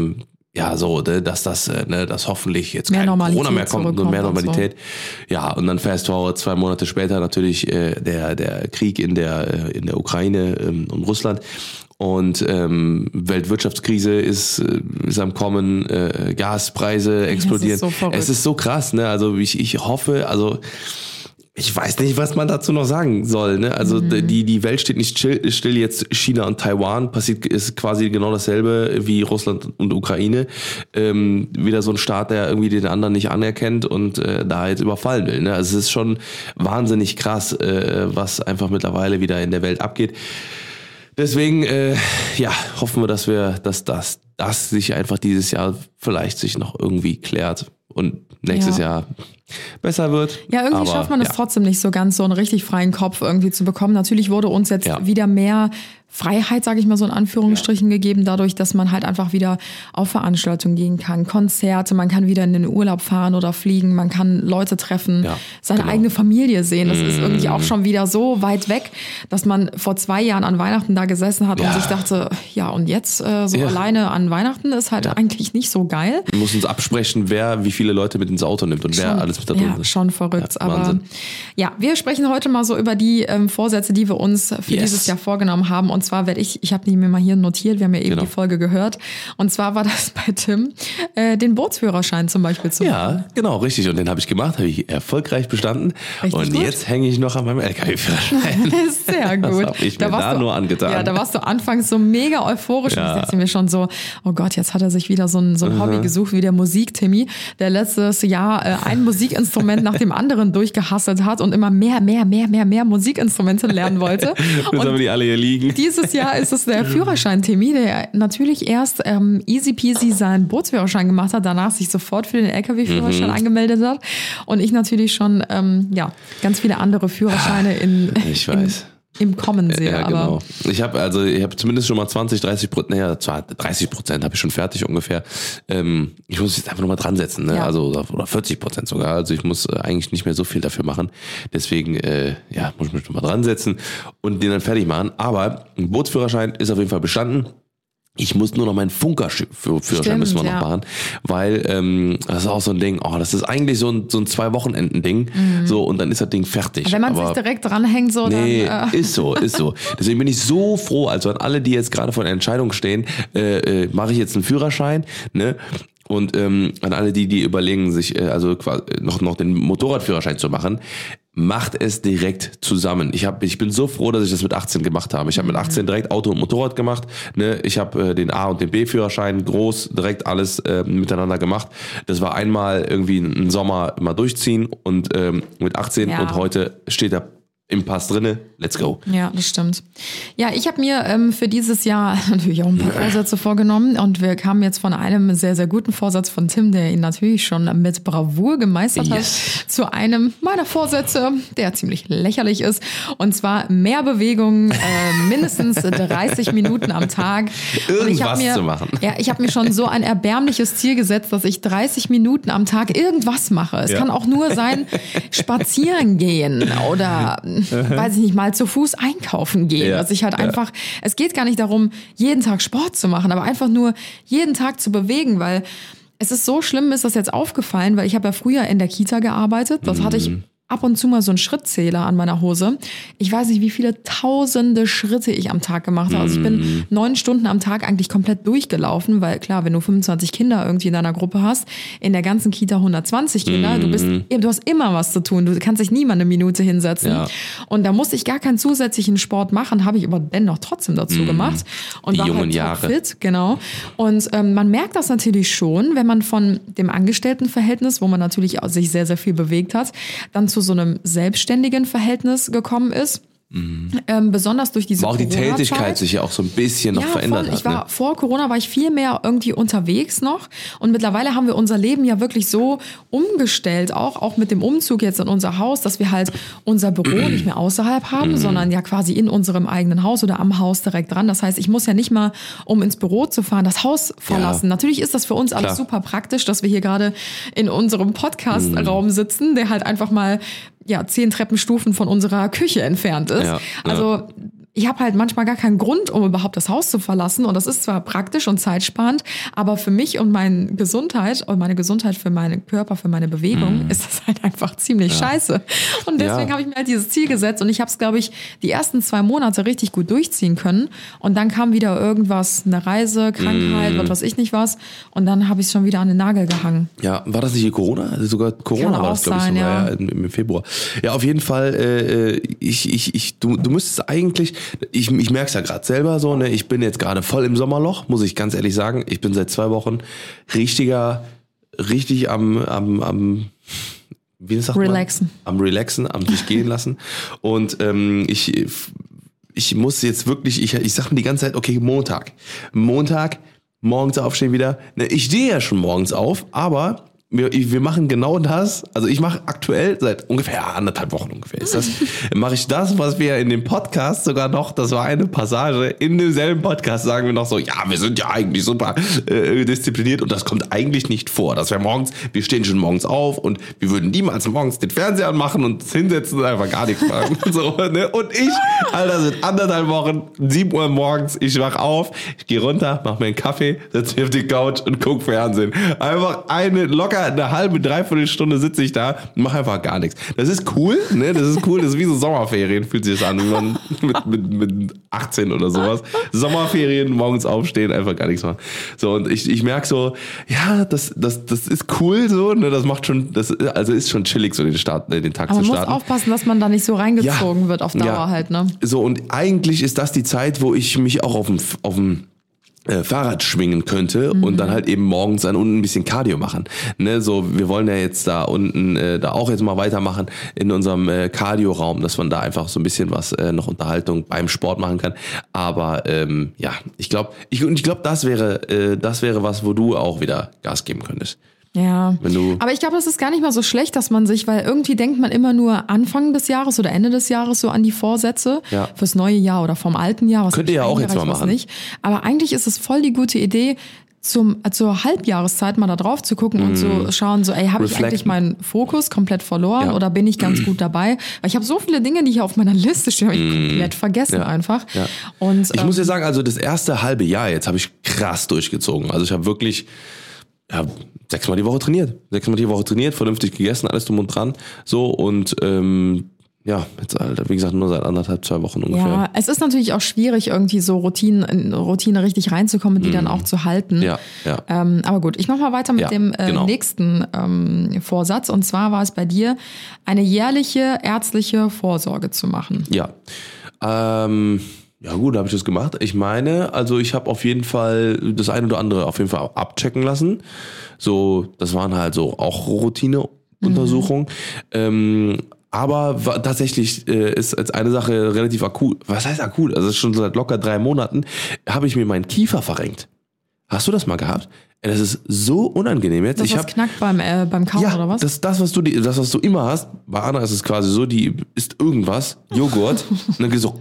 dass hoffentlich jetzt kein Corona mehr kommt und mehr Normalität. So. Ja, und dann fast forward 2 Monate später natürlich der Krieg in der Ukraine und Russland. Und Weltwirtschaftskrise ist am Kommen, Gaspreise explodieren. Es ist so krass, ne? Also ich hoffe, ich weiß nicht, was man dazu noch sagen soll. Ne? Also die Welt steht nicht still. Jetzt China und Taiwan ist quasi genau dasselbe wie Russland und Ukraine. Wieder so ein Staat, der irgendwie den anderen nicht anerkennt und da jetzt überfallen will. Ne? Also es ist schon wahnsinnig krass, was einfach mittlerweile wieder in der Welt abgeht. Deswegen hoffen wir, dass das sich einfach dieses Jahr vielleicht sich noch irgendwie klärt und nächstes Jahr besser wird. Ja, irgendwie schafft man es trotzdem nicht so ganz, so einen richtig freien Kopf irgendwie zu bekommen. Natürlich wurde uns jetzt wieder mehr Freiheit, sage ich mal so in Anführungsstrichen, gegeben, dadurch, dass man halt einfach wieder auf Veranstaltungen gehen kann, Konzerte, man kann wieder in den Urlaub fahren oder fliegen, man kann Leute treffen, seine eigene Familie sehen. Das ist irgendwie auch schon wieder so weit weg, dass man vor 2 Jahren an Weihnachten da gesessen hat und sich dachte, ja und jetzt alleine an Weihnachten ist halt eigentlich nicht so geil. Wir müssen uns absprechen, wer wie viele Leute mit ins Auto nimmt und wer alles mit da drin ist. Schon verrückt. Aber wir sprechen heute mal so über die Vorsätze, die wir uns für dieses Jahr vorgenommen haben. Und zwar werde ich habe die mir mal hier notiert, wir haben ja eben die Folge gehört. Und zwar war das bei Tim, den Bootsführerschein zum Beispiel zu machen. Ja, genau, richtig. Und den habe ich gemacht, habe ich erfolgreich bestanden. Richtig gut. Jetzt hänge ich noch an meinem LKW-Führerschein. Sehr gut. Das habe ich mir da nur angetan. Ja, da warst du anfangs so mega euphorisch. Und ich dachte mir schon so, oh Gott, jetzt hat er sich wieder so ein Hobby gesucht wie der Musik-Timmy, der letztes Jahr ein Musikinstrument nach dem anderen durchgehasselt hat und immer mehr Musikinstrumente lernen wollte. Das haben die alle hier liegen. Dieses Jahr ist es der Führerschein-Timmy, der natürlich erst easy peasy seinen Bootsführerschein gemacht hat, danach sich sofort für den LKW-Führerschein angemeldet hat und ich natürlich schon ganz viele andere Führerscheine in im Kommen sehe. Ja, aber genau. Ich habe zumindest schon mal 30% habe ich schon fertig ungefähr. Ich muss jetzt einfach nochmal dran setzen, ne? Ja. Also oder 40% sogar. Also ich muss eigentlich nicht mehr so viel dafür machen. Deswegen muss ich mich nochmal dran setzen und den dann fertig machen. Aber ein Bootsführerschein ist auf jeden Fall bestanden. Ich muss nur noch meinen Funker-Führerschein müssen wir noch machen, weil das ist auch so ein Ding, das ist eigentlich so ein 2-Wochenenden-Ding, so, und dann ist das Ding fertig. wenn man sich direkt dranhängt, so Nee, dann... ist so. Deswegen bin ich so froh, also an alle, die jetzt gerade vor der Entscheidung stehen, mache ich jetzt einen Führerschein, ne? Und an alle die überlegen, sich quasi noch den Motorradführerschein zu machen, macht es direkt zusammen. Ich bin so froh, dass ich das mit 18 gemacht habe. Ich habe mit 18 direkt Auto und Motorrad gemacht. Ne? Ich habe den A- und den B-Führerschein groß direkt alles miteinander gemacht. Das war einmal irgendwie einen Sommer mal durchziehen und mit 18 und heute steht er im Pass drinne, let's go. Ja, das stimmt. Ja, ich habe mir für dieses Jahr natürlich auch ein paar Vorsätze vorgenommen und wir kamen jetzt von einem sehr, sehr guten Vorsatz von Tim, der ihn natürlich schon mit Bravour gemeistert hat, zu einem meiner Vorsätze, der ziemlich lächerlich ist, und zwar mehr Bewegung, mindestens 30 Minuten am Tag. Irgendwas zu machen. Ja, ich habe mir schon so ein erbärmliches Ziel gesetzt, dass ich 30 Minuten am Tag irgendwas mache. Es kann auch nur sein, spazieren gehen oder weiß ich nicht, mal zu Fuß einkaufen gehen. Ja. Dass ich halt einfach, es geht gar nicht darum, jeden Tag Sport zu machen, aber einfach nur jeden Tag zu bewegen, weil es ist so schlimm, ist das jetzt aufgefallen, weil ich habe ja früher in der Kita gearbeitet. Das hatte ich ab und zu mal so einen Schrittzähler an meiner Hose. Ich weiß nicht, wie viele tausende Schritte ich am Tag gemacht habe. Also ich bin 9 Stunden am Tag eigentlich komplett durchgelaufen, weil klar, wenn du 25 Kinder irgendwie in deiner Gruppe hast, in der ganzen Kita 120 Kinder, du hast immer was zu tun. Du kannst dich nie mal eine Minute hinsetzen. Ja. Und da musste ich gar keinen zusätzlichen Sport machen, habe ich aber dennoch trotzdem dazu gemacht. Und die war jungen halt Jahre. fit, genau. Und man merkt das natürlich schon, wenn man von dem Angestelltenverhältnis, wo man natürlich auch sich sehr, sehr viel bewegt hat, dann zu so einem selbstständigen Verhältnis gekommen ist. Besonders durch diese Aber auch die Corona-Zeit. Tätigkeit sich ja auch so ein bisschen noch verändert hat. Vor Corona war ich viel mehr irgendwie unterwegs noch und mittlerweile haben wir unser Leben ja wirklich so umgestellt, auch mit dem Umzug jetzt in unser Haus, dass wir halt unser Büro nicht mehr außerhalb haben, sondern ja quasi in unserem eigenen Haus oder am Haus direkt dran. Das heißt, ich muss ja nicht mal, um ins Büro zu fahren, das Haus verlassen. Ja. Natürlich ist das für uns alles super praktisch, dass wir hier gerade in unserem Podcast-Raum sitzen, der halt einfach mal 10 Treppenstufen von unserer Küche entfernt ist. Ja, also ich habe halt manchmal gar keinen Grund, um überhaupt das Haus zu verlassen. Und das ist zwar praktisch und zeitsparend, aber für mich und meine Gesundheit für meinen Körper, für meine Bewegung, ist das halt einfach ziemlich scheiße. Und deswegen habe ich mir halt dieses Ziel gesetzt und ich habe es, glaube ich, die ersten 2 Monate richtig gut durchziehen können. Und dann kam wieder irgendwas, eine Reise, Krankheit, was weiß ich nicht was. Und dann habe ich es schon wieder an den Nagel gehangen. Ja, war das nicht hier Corona? Also sogar Corona war das, glaube ich, sogar im Februar. Ja, auf jeden Fall, du müsstest eigentlich, ich merke es ja gerade selber so, ne? Ich bin jetzt gerade voll im Sommerloch, muss ich ganz ehrlich sagen. Ich bin seit 2 Wochen richtig am wie sagt Relaxen. Man? Am Relaxen, am sich gehen lassen. Und ich muss jetzt wirklich, ich sag mir die ganze Zeit, okay, Montag, morgens aufstehen wieder. Ne, ich stehe ja schon morgens auf, aber wir machen genau das, also ich mache aktuell seit ungefähr 1,5 Wochen mache ich das, was wir in dem Podcast sogar noch, das war eine Passage, in demselben Podcast sagen wir noch so, ja, wir sind ja eigentlich super diszipliniert und das kommt eigentlich nicht vor, dass wir stehen schon morgens auf und wir würden niemals morgens den Fernseher anmachen und uns hinsetzen und einfach gar nichts machen. So, ne? Und ich, Alter, seit 1,5 Wochen, 7 Uhr morgens, ich wach auf, ich gehe runter, mach mir einen Kaffee, setze mich auf die Couch und guck Fernsehen. Einfach locker eine halbe, 3/4 Stunde sitze ich da und mache einfach gar nichts. Das ist cool, ne? Das ist cool, das ist wie so Sommerferien, fühlt sich das an, wenn man mit 18 oder sowas. Sommerferien, morgens aufstehen, einfach gar nichts machen. So, und ich merke so, ja, das ist cool so, ne? Das macht schon, ist schon chillig, so den Tag zu starten. Man muss aufpassen, dass man da nicht so reingezogen wird auf Dauer halt, ne? So, und eigentlich ist das die Zeit, wo ich mich auch auf dem Fahrrad schwingen könnte und dann halt eben morgens dann unten ein bisschen Cardio machen. Ne, so, wir wollen ja jetzt da unten da auch jetzt mal weitermachen in unserem Cardio-Raum, dass man da einfach so ein bisschen was noch Unterhaltung beim Sport machen kann. Aber ich glaube, das wäre was, wo du auch wieder Gas geben könntest. Ja, Wenn du- aber ich glaube, das ist gar nicht mal so schlecht, dass man sich, weil irgendwie denkt man immer nur Anfang des Jahres oder Ende des Jahres so an die Vorsätze Ja. fürs neue Jahr oder vom alten Jahr. Was Könnt ihr ja auch jetzt mal was machen. nicht. Aber eigentlich ist es voll die gute Idee, zur Halbjahreszeit mal da drauf zu gucken und so schauen, so, ey, habe ich Reflecten. eigentlich meinen Fokus komplett verloren Ja. oder bin ich ganz gut dabei? Weil ich habe so viele Dinge, die hier auf meiner Liste stehen, habe ich komplett vergessen Ja. einfach. Ja. Und, Ich muss ja sagen, also das erste halbe Jahr jetzt habe ich krass durchgezogen. Also ich habe wirklich 6-mal die Woche trainiert. 6-mal die Woche trainiert, vernünftig gegessen, alles drum und dran. So und jetzt Alter, wie gesagt, nur seit 1,5-2 Wochen ungefähr. ja, es ist natürlich auch schwierig, irgendwie so Routine richtig reinzukommen und die dann auch zu halten. Ja, ja. Aber gut, ich mache mal weiter mit Ja, dem genau. nächsten Vorsatz. Und zwar war es bei dir, eine jährliche ärztliche Vorsorge zu machen. Ja. Ja gut, habe ich das gemacht. Ich meine, also ich habe auf jeden Fall das eine oder andere auf jeden Fall abchecken lassen. So, das waren halt so auch Routineuntersuchungen. Aber tatsächlich ist jetzt eine Sache relativ akut. Was heißt akut? Also schon seit locker 3 Monaten habe ich mir meinen Kiefer verrenkt. Hast du das mal gehabt? Das ist so unangenehm jetzt. Das was knackt beim Kauen Ja, oder was? das was du immer hast. Bei Anna ist es quasi so, die isst irgendwas, Joghurt, und dann geht so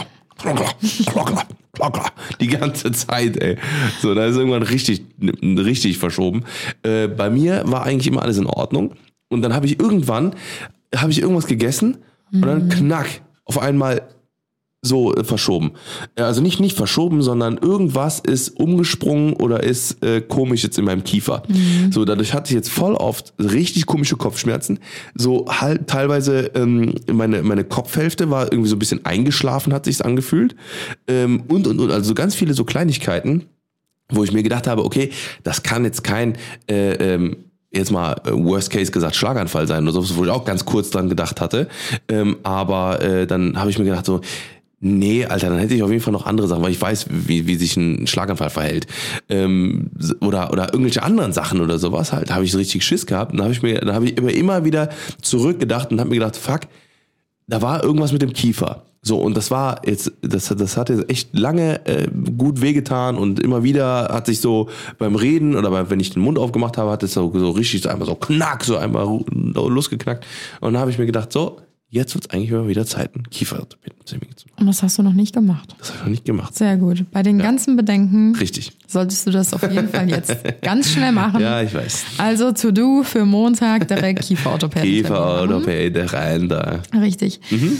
die ganze Zeit, ey. So, da ist irgendwann richtig verschoben. Bei mir war eigentlich immer alles in Ordnung. Und dann habe ich irgendwas gegessen und dann knack, auf einmal so verschoben. Also nicht verschoben, sondern irgendwas ist umgesprungen oder ist komisch jetzt in meinem Kiefer. So, dadurch hatte ich jetzt voll oft richtig komische Kopfschmerzen. So halt teilweise meine Kopfhälfte war irgendwie so ein bisschen eingeschlafen, hat sich's angefühlt. Und. Also ganz viele so Kleinigkeiten, wo ich mir gedacht habe, okay, das kann jetzt kein jetzt mal worst case gesagt Schlaganfall sein oder so, wo ich auch ganz kurz dran gedacht hatte. Aber dann habe ich mir gedacht so, nee, Alter, dann hätte ich auf jeden Fall noch andere Sachen, weil ich weiß, wie sich ein Schlaganfall verhält. Oder irgendwelche anderen Sachen oder sowas halt. Da habe ich so richtig Schiss gehabt. Und dann habe ich immer wieder zurückgedacht und habe mir gedacht, fuck, da war irgendwas mit dem Kiefer. So, und das hat jetzt echt lange gut wehgetan und immer wieder hat sich so beim Reden oder wenn ich den Mund aufgemacht habe, hat es so richtig so einmal so knack, so einmal losgeknackt. Und dann habe ich mir gedacht, so, jetzt wird es eigentlich mal wieder Zeit, einen Kieferorthopäden-Termin zu machen. Und das hast du noch nicht gemacht. Das habe ich noch nicht gemacht. Sehr gut. Bei den ganzen Bedenken Richtig. solltest du das auf jeden Fall jetzt ganz schnell machen. Ja, ich weiß. Also To-Do für Montag direkt Kieferorthopäden. Kieferorthopäde rein da. Richtig.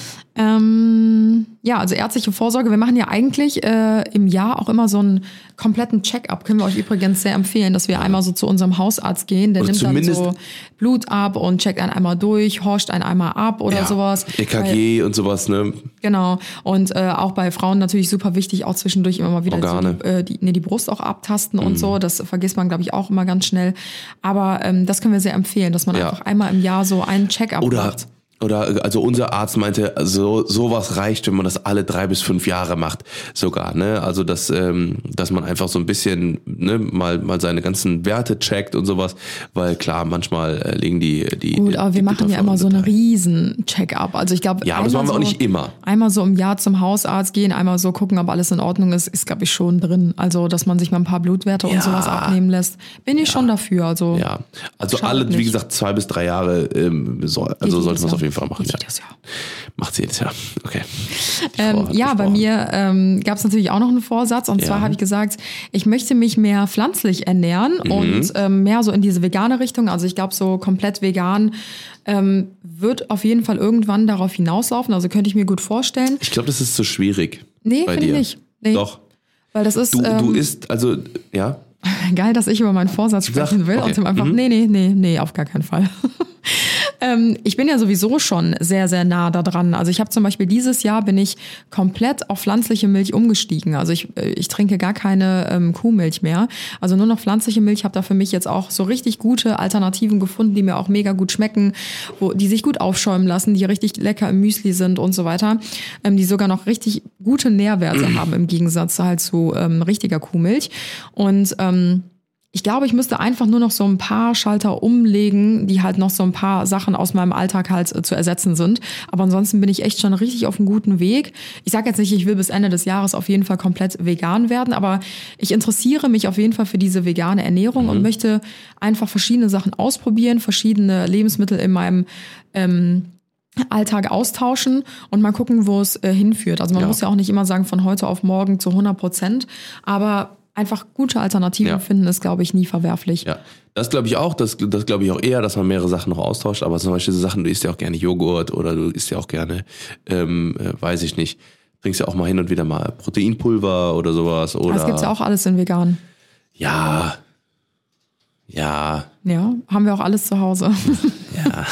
Ja, also ärztliche Vorsorge. Wir machen ja eigentlich im Jahr auch immer so einen kompletten Check-up. Können wir euch übrigens sehr empfehlen, dass wir einmal so zu unserem Hausarzt gehen. Der Oder nimmt dann zumindest- so Blut ab und checkt einen einmal durch, horcht einen einmal ab oder sowas. EKG und sowas, ne? Genau. Und auch bei Frauen natürlich super wichtig, auch zwischendurch immer mal wieder Organe. so die Brust auch abtasten und so. Das vergisst man, glaube ich, auch immer ganz schnell. Aber das können wir sehr empfehlen, dass man Ja. einfach einmal im Jahr so einen Check-up macht. Oder also unser Arzt meinte, sowas reicht, wenn man das alle 3 bis 5 Jahre macht, sogar, ne? Also dass man einfach so ein bisschen mal seine ganzen Werte checkt und sowas, weil klar, manchmal liegen die. Gut, aber wir machen ja immer so einen riesen Check-up. Also ich glaube, Ja, aber das machen wir auch nicht immer. Einmal so im Jahr zum Hausarzt gehen, einmal so gucken, ob alles in Ordnung ist, glaube ich schon drin. Also, dass man sich mal ein paar Blutwerte und sowas abnehmen lässt, bin ich schon dafür. Also Ja, also Schadet alle, wie nicht. gesagt, 2 bis 3 Jahre sollte man es auf jeden Fall machen. Ja. Jedes Jahr. Macht sie jedes Jahr. Okay. Ja, bei mir gab es natürlich auch noch einen Vorsatz. Und zwar habe ich gesagt, ich möchte mich mehr pflanzlich ernähren und mehr so in diese vegane Richtung. Also ich glaube, so komplett vegan wird auf jeden Fall irgendwann darauf hinauslaufen. Also könnte ich mir gut vorstellen. Ich glaube, das ist zu schwierig. Nee, bei finde ich dir. nicht. Nee. Doch. Weil das ist Du isst, also, ja. geil, dass ich über meinen Vorsatz sprechen will. Okay. Und einfach, nee, auf gar keinen Fall. Ich bin ja sowieso schon sehr, sehr nah da dran. Also ich habe zum Beispiel dieses Jahr bin ich komplett auf pflanzliche Milch umgestiegen. Also ich trinke gar keine Kuhmilch mehr. Also nur noch pflanzliche Milch. Habe da für mich jetzt auch so richtig gute Alternativen gefunden, die mir auch mega gut schmecken, die sich gut aufschäumen lassen, die richtig lecker im Müsli sind und so weiter. Die sogar noch richtig gute Nährwerte haben im Gegensatz halt zu richtiger Kuhmilch. Und ich glaube, ich müsste einfach nur noch so ein paar Schalter umlegen, die halt noch so ein paar Sachen aus meinem Alltag halt zu ersetzen sind. Aber ansonsten bin ich echt schon richtig auf einem guten Weg. Ich sage jetzt nicht, ich will bis Ende des Jahres auf jeden Fall komplett vegan werden, aber ich interessiere mich auf jeden Fall für diese vegane Ernährung und möchte einfach verschiedene Sachen ausprobieren, verschiedene Lebensmittel in meinem Alltag austauschen und mal gucken, wo es hinführt. Also man muss ja auch nicht immer sagen, von heute auf morgen zu 100%, aber einfach gute Alternativen finden ist, glaube ich, nie verwerflich. Ja, das glaube ich auch. Das glaube ich auch eher, dass man mehrere Sachen noch austauscht. Aber zum Beispiel so Sachen, du isst ja auch gerne Joghurt oder du isst ja auch gerne, weiß ich nicht, trinkst ja auch mal hin und wieder mal Proteinpulver oder sowas. Oder Das gibt's ja auch alles in vegan. Ja. Ja, haben wir auch alles zu Hause. Ja.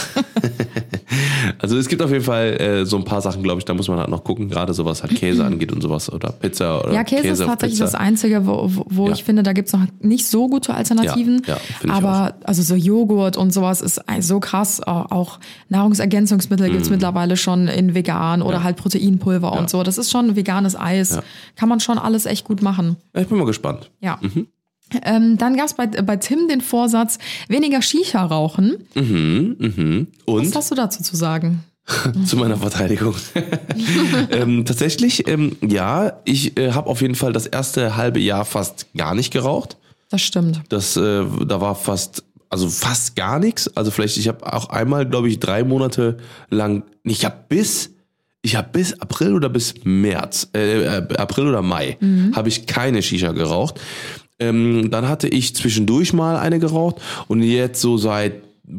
Also es gibt auf jeden Fall so ein paar Sachen, glaube ich, da muss man halt noch gucken, gerade so was halt Käse angeht und sowas oder Pizza oder Ja, Käse ist tatsächlich das Einzige, wo ich finde, da gibt's noch nicht so gute Alternativen. Ja, finde ich aber also so Joghurt und sowas ist so krass. Auch Nahrungsergänzungsmittel gibt's mittlerweile schon in vegan oder halt Proteinpulver und so. Das ist schon veganes Eis. Ja. Kann man schon alles echt gut machen. Ja, ich bin mal gespannt. Ja. Dann gab es bei Tim den Vorsatz, weniger Shisha rauchen. Und? Was hast du dazu zu sagen? Zu meiner Verteidigung. Tatsächlich, ich habe auf jeden Fall das erste halbe Jahr fast gar nicht geraucht. Das stimmt. Da war fast gar nichts. Also vielleicht, ich habe auch einmal, glaube ich, 3 Monate lang, ich habe bis April oder bis März, April oder Mai, habe ich keine Shisha geraucht. Dann hatte ich zwischendurch mal eine geraucht und jetzt so seit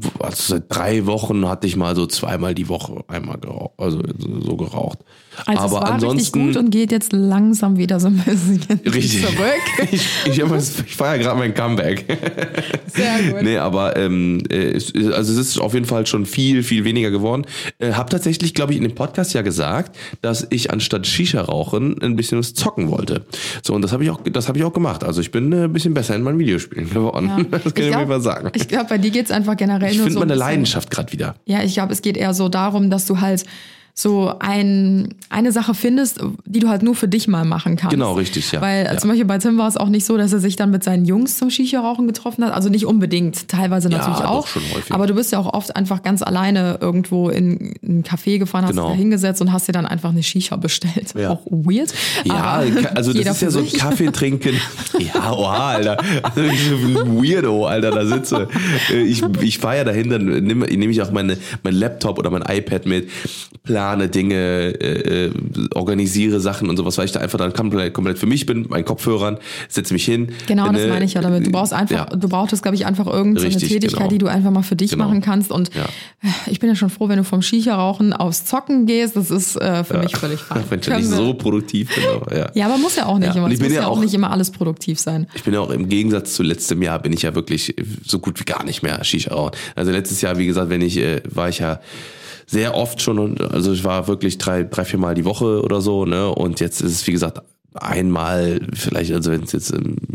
3 Wochen hatte ich mal so 2-mal die Woche einmal geraucht, also so geraucht. Also aber es war ansonsten richtig gut und geht jetzt langsam wieder so ein bisschen zurück. Ich feiere gerade mein Comeback. Sehr gut. Nee, aber es ist auf jeden Fall schon viel, viel weniger geworden. Hab tatsächlich, glaube ich, in dem Podcast ja gesagt, dass ich anstatt Shisha rauchen ein bisschen was zocken wollte. So, und das habe ich auch gemacht. Also ich bin ein bisschen besser in meinen Videospielen geworden. Ja. Das kann ich mir mal sagen. Ich glaube, bei dir geht's einfach generell nur so. Ich finde meine bisschen Leidenschaft gerade wieder. Ja, ich glaube, es geht eher so darum, dass du halt so eine Sache findest, die du halt nur für dich mal machen kannst. Genau, richtig, ja. Weil zum Beispiel bei Tim war es auch nicht so, dass er sich dann mit seinen Jungs zum Shisha-Rauchen getroffen hat. Also nicht unbedingt, teilweise natürlich auch. Doch, schon häufig. Aber du bist ja auch oft einfach ganz alleine irgendwo in ein Café gefahren, hast dich da hingesetzt und hast dir dann einfach eine Shisha bestellt. Ja. Auch weird. Ja, also das ist ja so Kaffee trinken. Ja, oha, Alter. Also wenn ich so ein Weirdo, Alter, da sitze. Ich fahre ja dahin, dann nehme ich auch mein Laptop oder mein iPad mit, plane Dinge, organisiere Sachen und sowas, weil ich da einfach dann komplett für mich bin, mit meinen Kopfhörern, setze mich hin. Genau, das meine ich ja damit. Du brauchtest, glaube ich, einfach irgendeine Tätigkeit, die du einfach mal für dich machen kannst. Und ich bin ja schon froh, wenn du vom Shisha-Rauchen aufs Zocken gehst. Das ist für mich völlig fein. Wenn ich nicht so produktiv bin. Aber, ja, aber muss ja auch nicht immer. Es muss ja auch nicht immer alles produktiv sein. Ich bin ja auch im Gegensatz zu letztem Jahr, bin ich ja wirklich so gut wie gar nicht mehr Shisha rauchen. Also letztes Jahr, wie gesagt, war ich ja sehr oft schon, also ich war wirklich 3-4 Mal die Woche oder so, ne? Und jetzt ist es, wie gesagt, einmal vielleicht, also wenn es jetzt,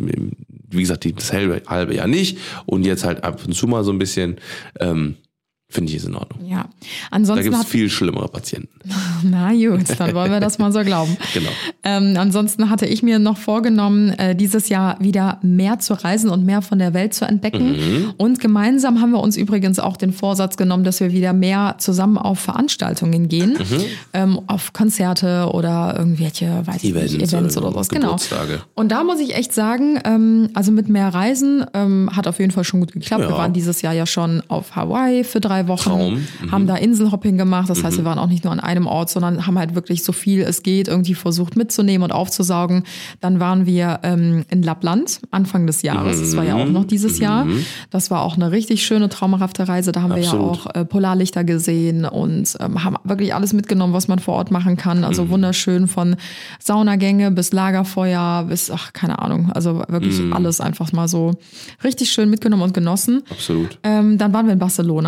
wie gesagt, das halbe Jahr nicht und jetzt halt ab und zu mal so ein bisschen, finde ich, ist in Ordnung. Ja, ansonsten da gibt es viel schlimmere Patienten. Na gut, dann wollen wir das mal so glauben. Genau. Ansonsten hatte ich mir noch vorgenommen, dieses Jahr wieder mehr zu reisen und mehr von der Welt zu entdecken. Und gemeinsam haben wir uns übrigens auch den Vorsatz genommen, dass wir wieder mehr zusammen auf Veranstaltungen gehen, auf Konzerte oder irgendwelche Events oder was. Genau. Und da muss ich echt sagen, also mit mehr Reisen hat auf jeden Fall schon gut geklappt. Ja. Wir waren dieses Jahr ja schon auf Hawaii für 3 Wochen, haben da Inselhopping gemacht. Das heißt, wir waren auch nicht nur an einem Ort, sondern haben halt wirklich so viel es geht irgendwie versucht mitzunehmen und aufzusaugen. Dann waren wir in Lappland Anfang des Jahres. Das war ja auch noch dieses Jahr. Das war auch eine richtig schöne, traumhafte Reise. Da haben wir ja auch Polarlichter gesehen und haben wirklich alles mitgenommen, was man vor Ort machen kann. Also wunderschön von Saunagänge bis Lagerfeuer bis, keine Ahnung. Also wirklich alles einfach mal so richtig schön mitgenommen und genossen. Absolut. Dann waren wir in Barcelona.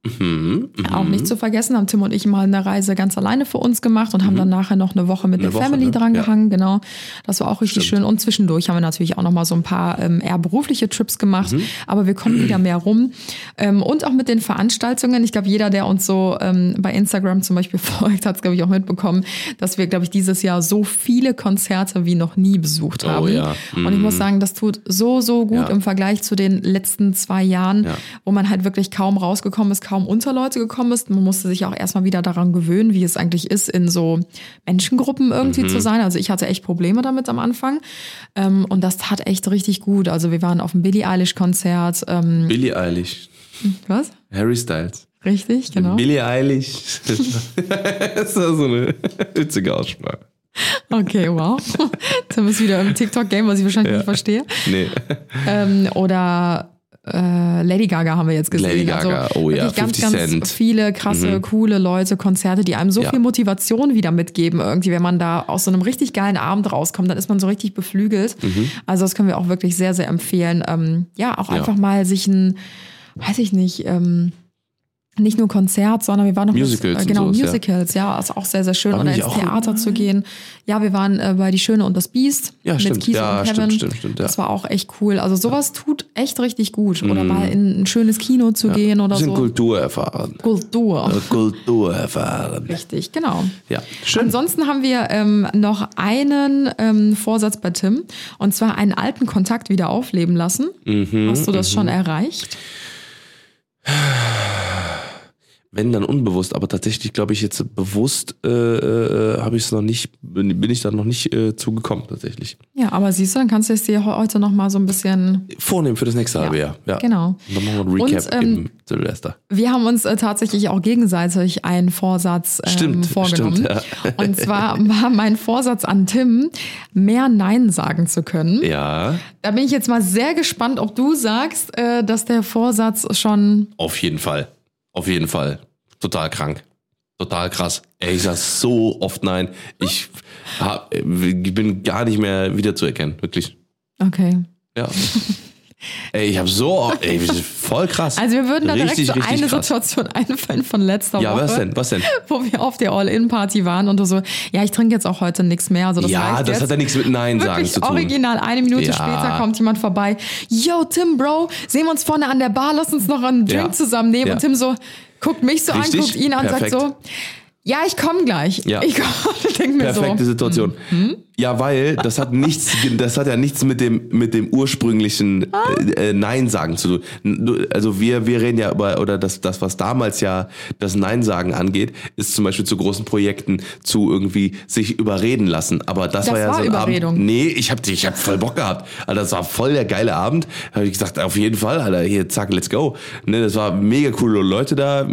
Auch nicht zu vergessen, haben Tim und ich mal eine Reise ganz alleine für uns gemacht und haben dann nachher noch eine Woche mit der Family dran gehangen. Genau, das war auch richtig schön. Und zwischendurch haben wir natürlich auch noch mal so ein paar eher berufliche Trips gemacht. Aber wir kommen wieder mehr rum. Und auch mit den Veranstaltungen. Ich glaube, jeder, der uns so bei Instagram zum Beispiel folgt, hat es, glaube ich, auch mitbekommen, dass wir, glaube ich, dieses Jahr so viele Konzerte wie noch nie besucht haben. Ja. Und ich muss sagen, das tut so gut im Vergleich zu den letzten 2 Jahren, wo man halt wirklich kaum rausgekommen ist, kaum unter Leute gekommen ist. Man musste sich auch erstmal wieder daran gewöhnen, wie es eigentlich ist, in so Menschengruppen irgendwie zu sein. Also ich hatte echt Probleme damit am Anfang. Und das tat echt richtig gut. Also wir waren auf dem Billie Eilish-Konzert. Billie Eilish. Was? Harry Styles. Richtig, genau. Billie Eilish. Das ist so eine witzige Aussprache. Okay, wow. Tim ist wieder im TikTok-Game, was ich wahrscheinlich nicht verstehe. Nee. Oder Lady Gaga haben wir jetzt gesehen. Lady Gaga, also oh ja, ganz 50 Cent. Viele krasse, coole Leute, Konzerte, die einem so viel Motivation wieder mitgeben irgendwie. Wenn man da aus so einem richtig geilen Abend rauskommt, dann ist man so richtig beflügelt. Also das können wir auch wirklich sehr, sehr empfehlen. Einfach mal sich weiß ich nicht nur Konzert, sondern wir waren noch Musicals. Musicals, ist auch sehr, sehr schön. Oder ins Theater zu gehen. Ja, wir waren bei Die Schöne und das Biest mit Keith und Kevin. Stimmt. Das war auch echt cool. Also sowas tut echt richtig gut. Oder mal in ein schönes Kino zu gehen oder so. Kultur erfahren. Kultur erfahren. Richtig, genau. Ja, schön. Ansonsten haben wir noch einen Vorsatz bei Tim. Und zwar einen alten Kontakt wieder aufleben lassen. Hast du das schon erreicht? Wenn dann unbewusst, aber tatsächlich glaube ich jetzt bewusst bin ich da noch nicht zugekommen tatsächlich. Ja, aber siehst du, dann kannst du es dir heute noch mal so ein bisschen vornehmen für das nächste halbe Jahr. Ja. Genau. Und dann machen wir ein Recap im Silvester. Wir haben uns tatsächlich auch gegenseitig einen Vorsatz vorgenommen. Stimmt, ja. Und zwar war mein Vorsatz an Tim, mehr Nein sagen zu können. Ja. Da bin ich jetzt mal sehr gespannt, ob du sagst, dass der Vorsatz schon... Auf jeden Fall. Total krank. Total krass. Ey, ich sag so oft nein. Ich bin gar nicht mehr wiederzuerkennen. Wirklich. Okay. Ja. Ey, ich habe voll krass. Also wir würden da direkt richtig, so eine krass. Situation einfallen von letzter Woche. Ja, was denn? Wo wir auf der All-In-Party waren und du so, ja, ich trinke jetzt auch heute nichts mehr. Also das das jetzt. hat ja nichts mit Nein sagen zu tun. Original, 1 Minute später kommt jemand vorbei. Yo, Tim, Bro, sehen wir uns vorne an der Bar, lass uns noch einen Drink zusammennehmen. Und Tim so, guckt mich so an, guckt ihn an, sagt so, ja, ich komme gleich. Ja. Ich denke mir perfekte Situation. Ja, weil das hat ja nichts mit dem ursprünglichen Nein sagen zu tun. Also wir reden ja oder das was damals ja das Nein sagen angeht, ist zum Beispiel zu großen Projekten zu irgendwie sich überreden lassen. Aber das war ja so ein Überredung. Abend. Nee, ich hab voll Bock gehabt. Alter, das war voll der geile Abend. Habe ich gesagt, auf jeden Fall, Alter, hier zack, let's go. Ne, das war mega coole Leute da,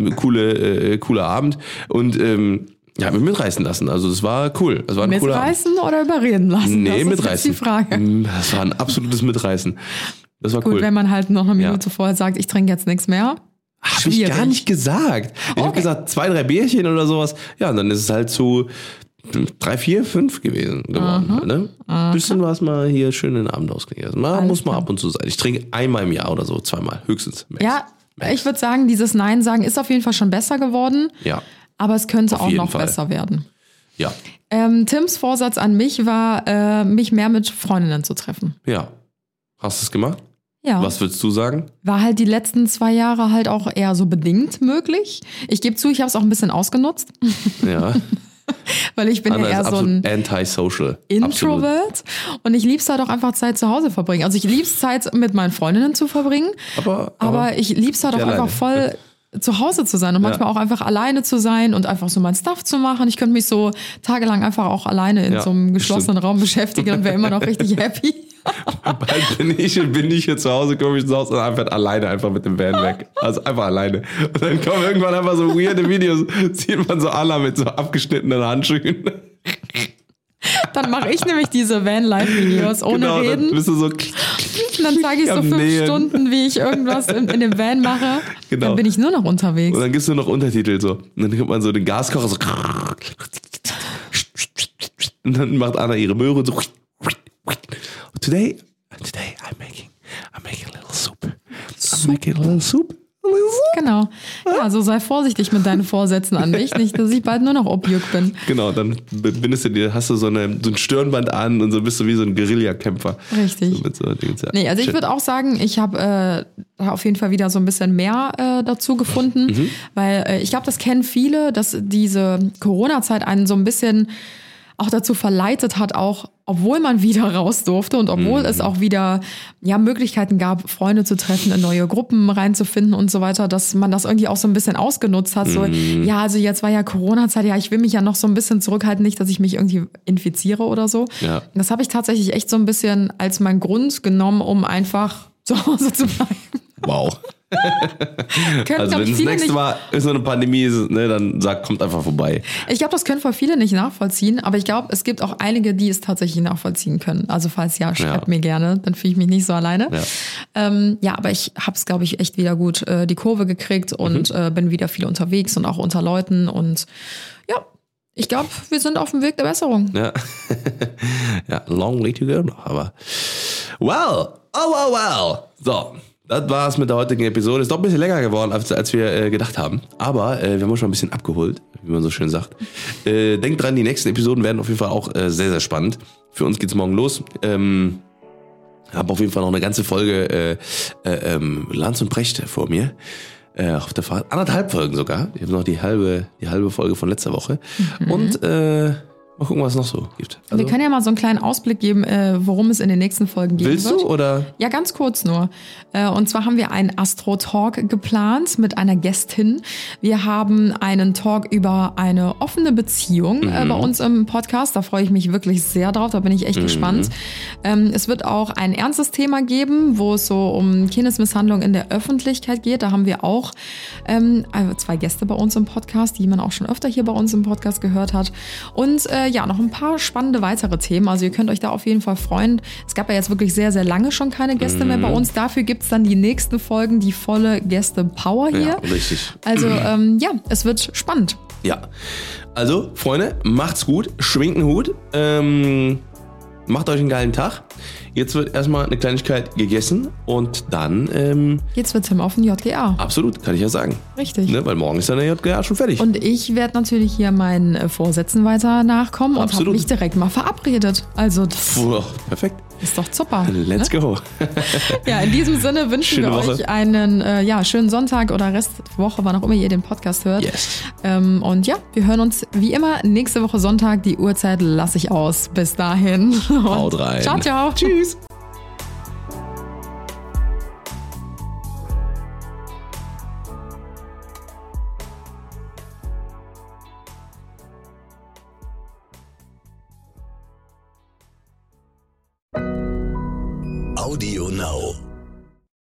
cooler Abend und ja, mitreißen lassen. Also es war cool. Es war ein cooler Abend. Mitreißen oder überreden lassen? Nee, das mitreißen. ist jetzt die Frage. Das war ein absolutes Mitreißen. Das war Gut, cool. wenn man halt noch eine Minute vorher sagt, ich trinke jetzt nichts mehr. Habe ich gar nicht gesagt. Ich habe gesagt 2, 3 Bierchen oder sowas. Ja, und dann ist es halt zu 3, 4, 5 gewesen geworden. Ne? Ein bisschen war es mal hier schön den Abend ausklingen. Muss man ab und zu sein. Ich trinke einmal im Jahr oder so, 2-mal, höchstens. Max. Ja, ich würde sagen, dieses Nein sagen ist auf jeden Fall schon besser geworden. Ja. Aber es könnte auch noch besser werden. Ja. Tims Vorsatz an mich war, mich mehr mit Freundinnen zu treffen. Ja. Hast du es gemacht? Ja. Was würdest du sagen? War halt die letzten 2 Jahre halt auch eher so bedingt möglich. Ich gebe zu, ich habe es auch ein bisschen ausgenutzt. Ja. Weil ich bin Anna ja eher so ein antisocial. Introvert. Und ich lieb's halt auch einfach Zeit zu Hause verbringen. Also ich lieb's Zeit mit meinen Freundinnen zu verbringen. Aber ich lieb's halt auch einfach voll zu Hause zu sein und manchmal auch einfach alleine zu sein und einfach so mein Stuff zu machen. Ich könnte mich so tagelang einfach auch alleine in so einem geschlossenen Raum beschäftigen und wäre immer noch richtig happy. Bald bin ich hier zu Hause, komme ich ins Haus und einfach alleine einfach mit dem Van weg. Also einfach alleine. Und dann kommen irgendwann einfach so weirde Videos, sieht man so Anna mit so abgeschnittenen Handschuhen. Dann mache ich nämlich diese Van-Life-Videos ohne Reden. Dann bist du so und dann zeige ich so 5 Stunden, wie ich irgendwas in dem Van mache. Genau. Dann bin ich nur noch unterwegs. Und dann gibst du noch Untertitel so. Und dann kommt man so den Gaskocher so. Und dann macht Anna ihre Möhre so. Today I'm making a little soup. I'm making a little soup. Genau. Ja, also sei vorsichtig mit deinen Vorsätzen an mich. Nicht, dass ich bald nur noch Objuk bin. Genau, dann bindest du dir, hast du so ein Stirnband an und so bist du wie so ein Guerillakämpfer. Richtig. So mit so Dings, ja. Nee, also ich würde auch sagen, ich habe da auf jeden Fall wieder so ein bisschen mehr dazu gefunden, weil ich glaube, das kennen viele, dass diese Corona-Zeit einen so ein bisschen auch dazu verleitet hat, auch obwohl man wieder raus durfte und obwohl es auch wieder Möglichkeiten gab, Freunde zu treffen, in neue Gruppen reinzufinden und so weiter, dass man das irgendwie auch so ein bisschen ausgenutzt hat. So, also jetzt war ja Corona-Zeit, ich will mich ja noch so ein bisschen zurückhalten, nicht, dass ich mich irgendwie infiziere oder so. Ja. Das habe ich tatsächlich echt so ein bisschen als mein Grund genommen, um einfach zu Hause zu bleiben. Wow. Also wenn das nächste Mal so eine Pandemie ist, ne, dann kommt einfach vorbei. Ich glaube, das können voll viele nicht nachvollziehen, aber ich glaube, es gibt auch einige, die es tatsächlich nachvollziehen können. Also falls ja, schreibt mir gerne, dann fühle ich mich nicht so alleine. Ja, aber ich habe es, glaube ich, echt wieder gut die Kurve gekriegt und bin wieder viel unterwegs und auch unter Leuten und ja, ich glaube, wir sind auf dem Weg der Besserung. Ja, ja, long way to go noch, aber well. So. Das war's mit der heutigen Episode. Ist doch ein bisschen länger geworden, als wir gedacht haben. Aber wir haben uns schon ein bisschen abgeholt, wie man so schön sagt. Denkt dran, die nächsten Episoden werden auf jeden Fall auch sehr, sehr spannend. Für uns geht's morgen los. Habe auf jeden Fall noch eine ganze Folge Lanz und Precht vor mir. Auf der Fahrt. 1,5 Folgen sogar. Ich habe noch die halbe Folge von letzter Woche. Und mal gucken, was es noch so gibt. Also, wir können ja mal so einen kleinen Ausblick geben, worum es in den nächsten Folgen geben wird. Willst du, oder? Ja, ganz kurz nur. Und zwar haben wir einen Astro-Talk geplant mit einer Gästin. Wir haben einen Talk über eine offene Beziehung bei uns im Podcast. Da freue ich mich wirklich sehr drauf. Da bin ich echt gespannt. Es wird auch ein ernstes Thema geben, wo es so um Kindesmisshandlung in der Öffentlichkeit geht. Da haben wir auch 2 Gäste bei uns im Podcast, die man auch schon öfter hier bei uns im Podcast gehört hat. Und noch ein paar spannende weitere Themen. Also ihr könnt euch da auf jeden Fall freuen. Es gab ja jetzt wirklich sehr, sehr lange schon keine Gäste mehr bei uns. Dafür gibt's dann die nächsten Folgen, die volle Gäste-Power hier. Ja, richtig. Also es wird spannend. Ja, also Freunde, macht's gut, schwingt einen Hut, macht euch einen geilen Tag. Jetzt wird erstmal eine Kleinigkeit gegessen und dann Jetzt wird's auf den JGA. Absolut, kann ich ja sagen. Richtig. Ne, weil morgen ist dann der JGA schon fertig. Und ich werde natürlich hier meinen Vorsätzen weiter nachkommen und habe mich direkt mal verabredet. Also das perfekt. Ist doch super. Let's go. Ja, in diesem Sinne wünschen wir euch einen schönen Sonntag oder Restwoche, wann auch immer ihr den Podcast hört. Yes. Und ja, wir hören uns wie immer nächste Woche Sonntag. Die Uhrzeit lasse ich aus. Bis dahin. Haut rein. Ciao, ciao. Tschüss. Audio Now.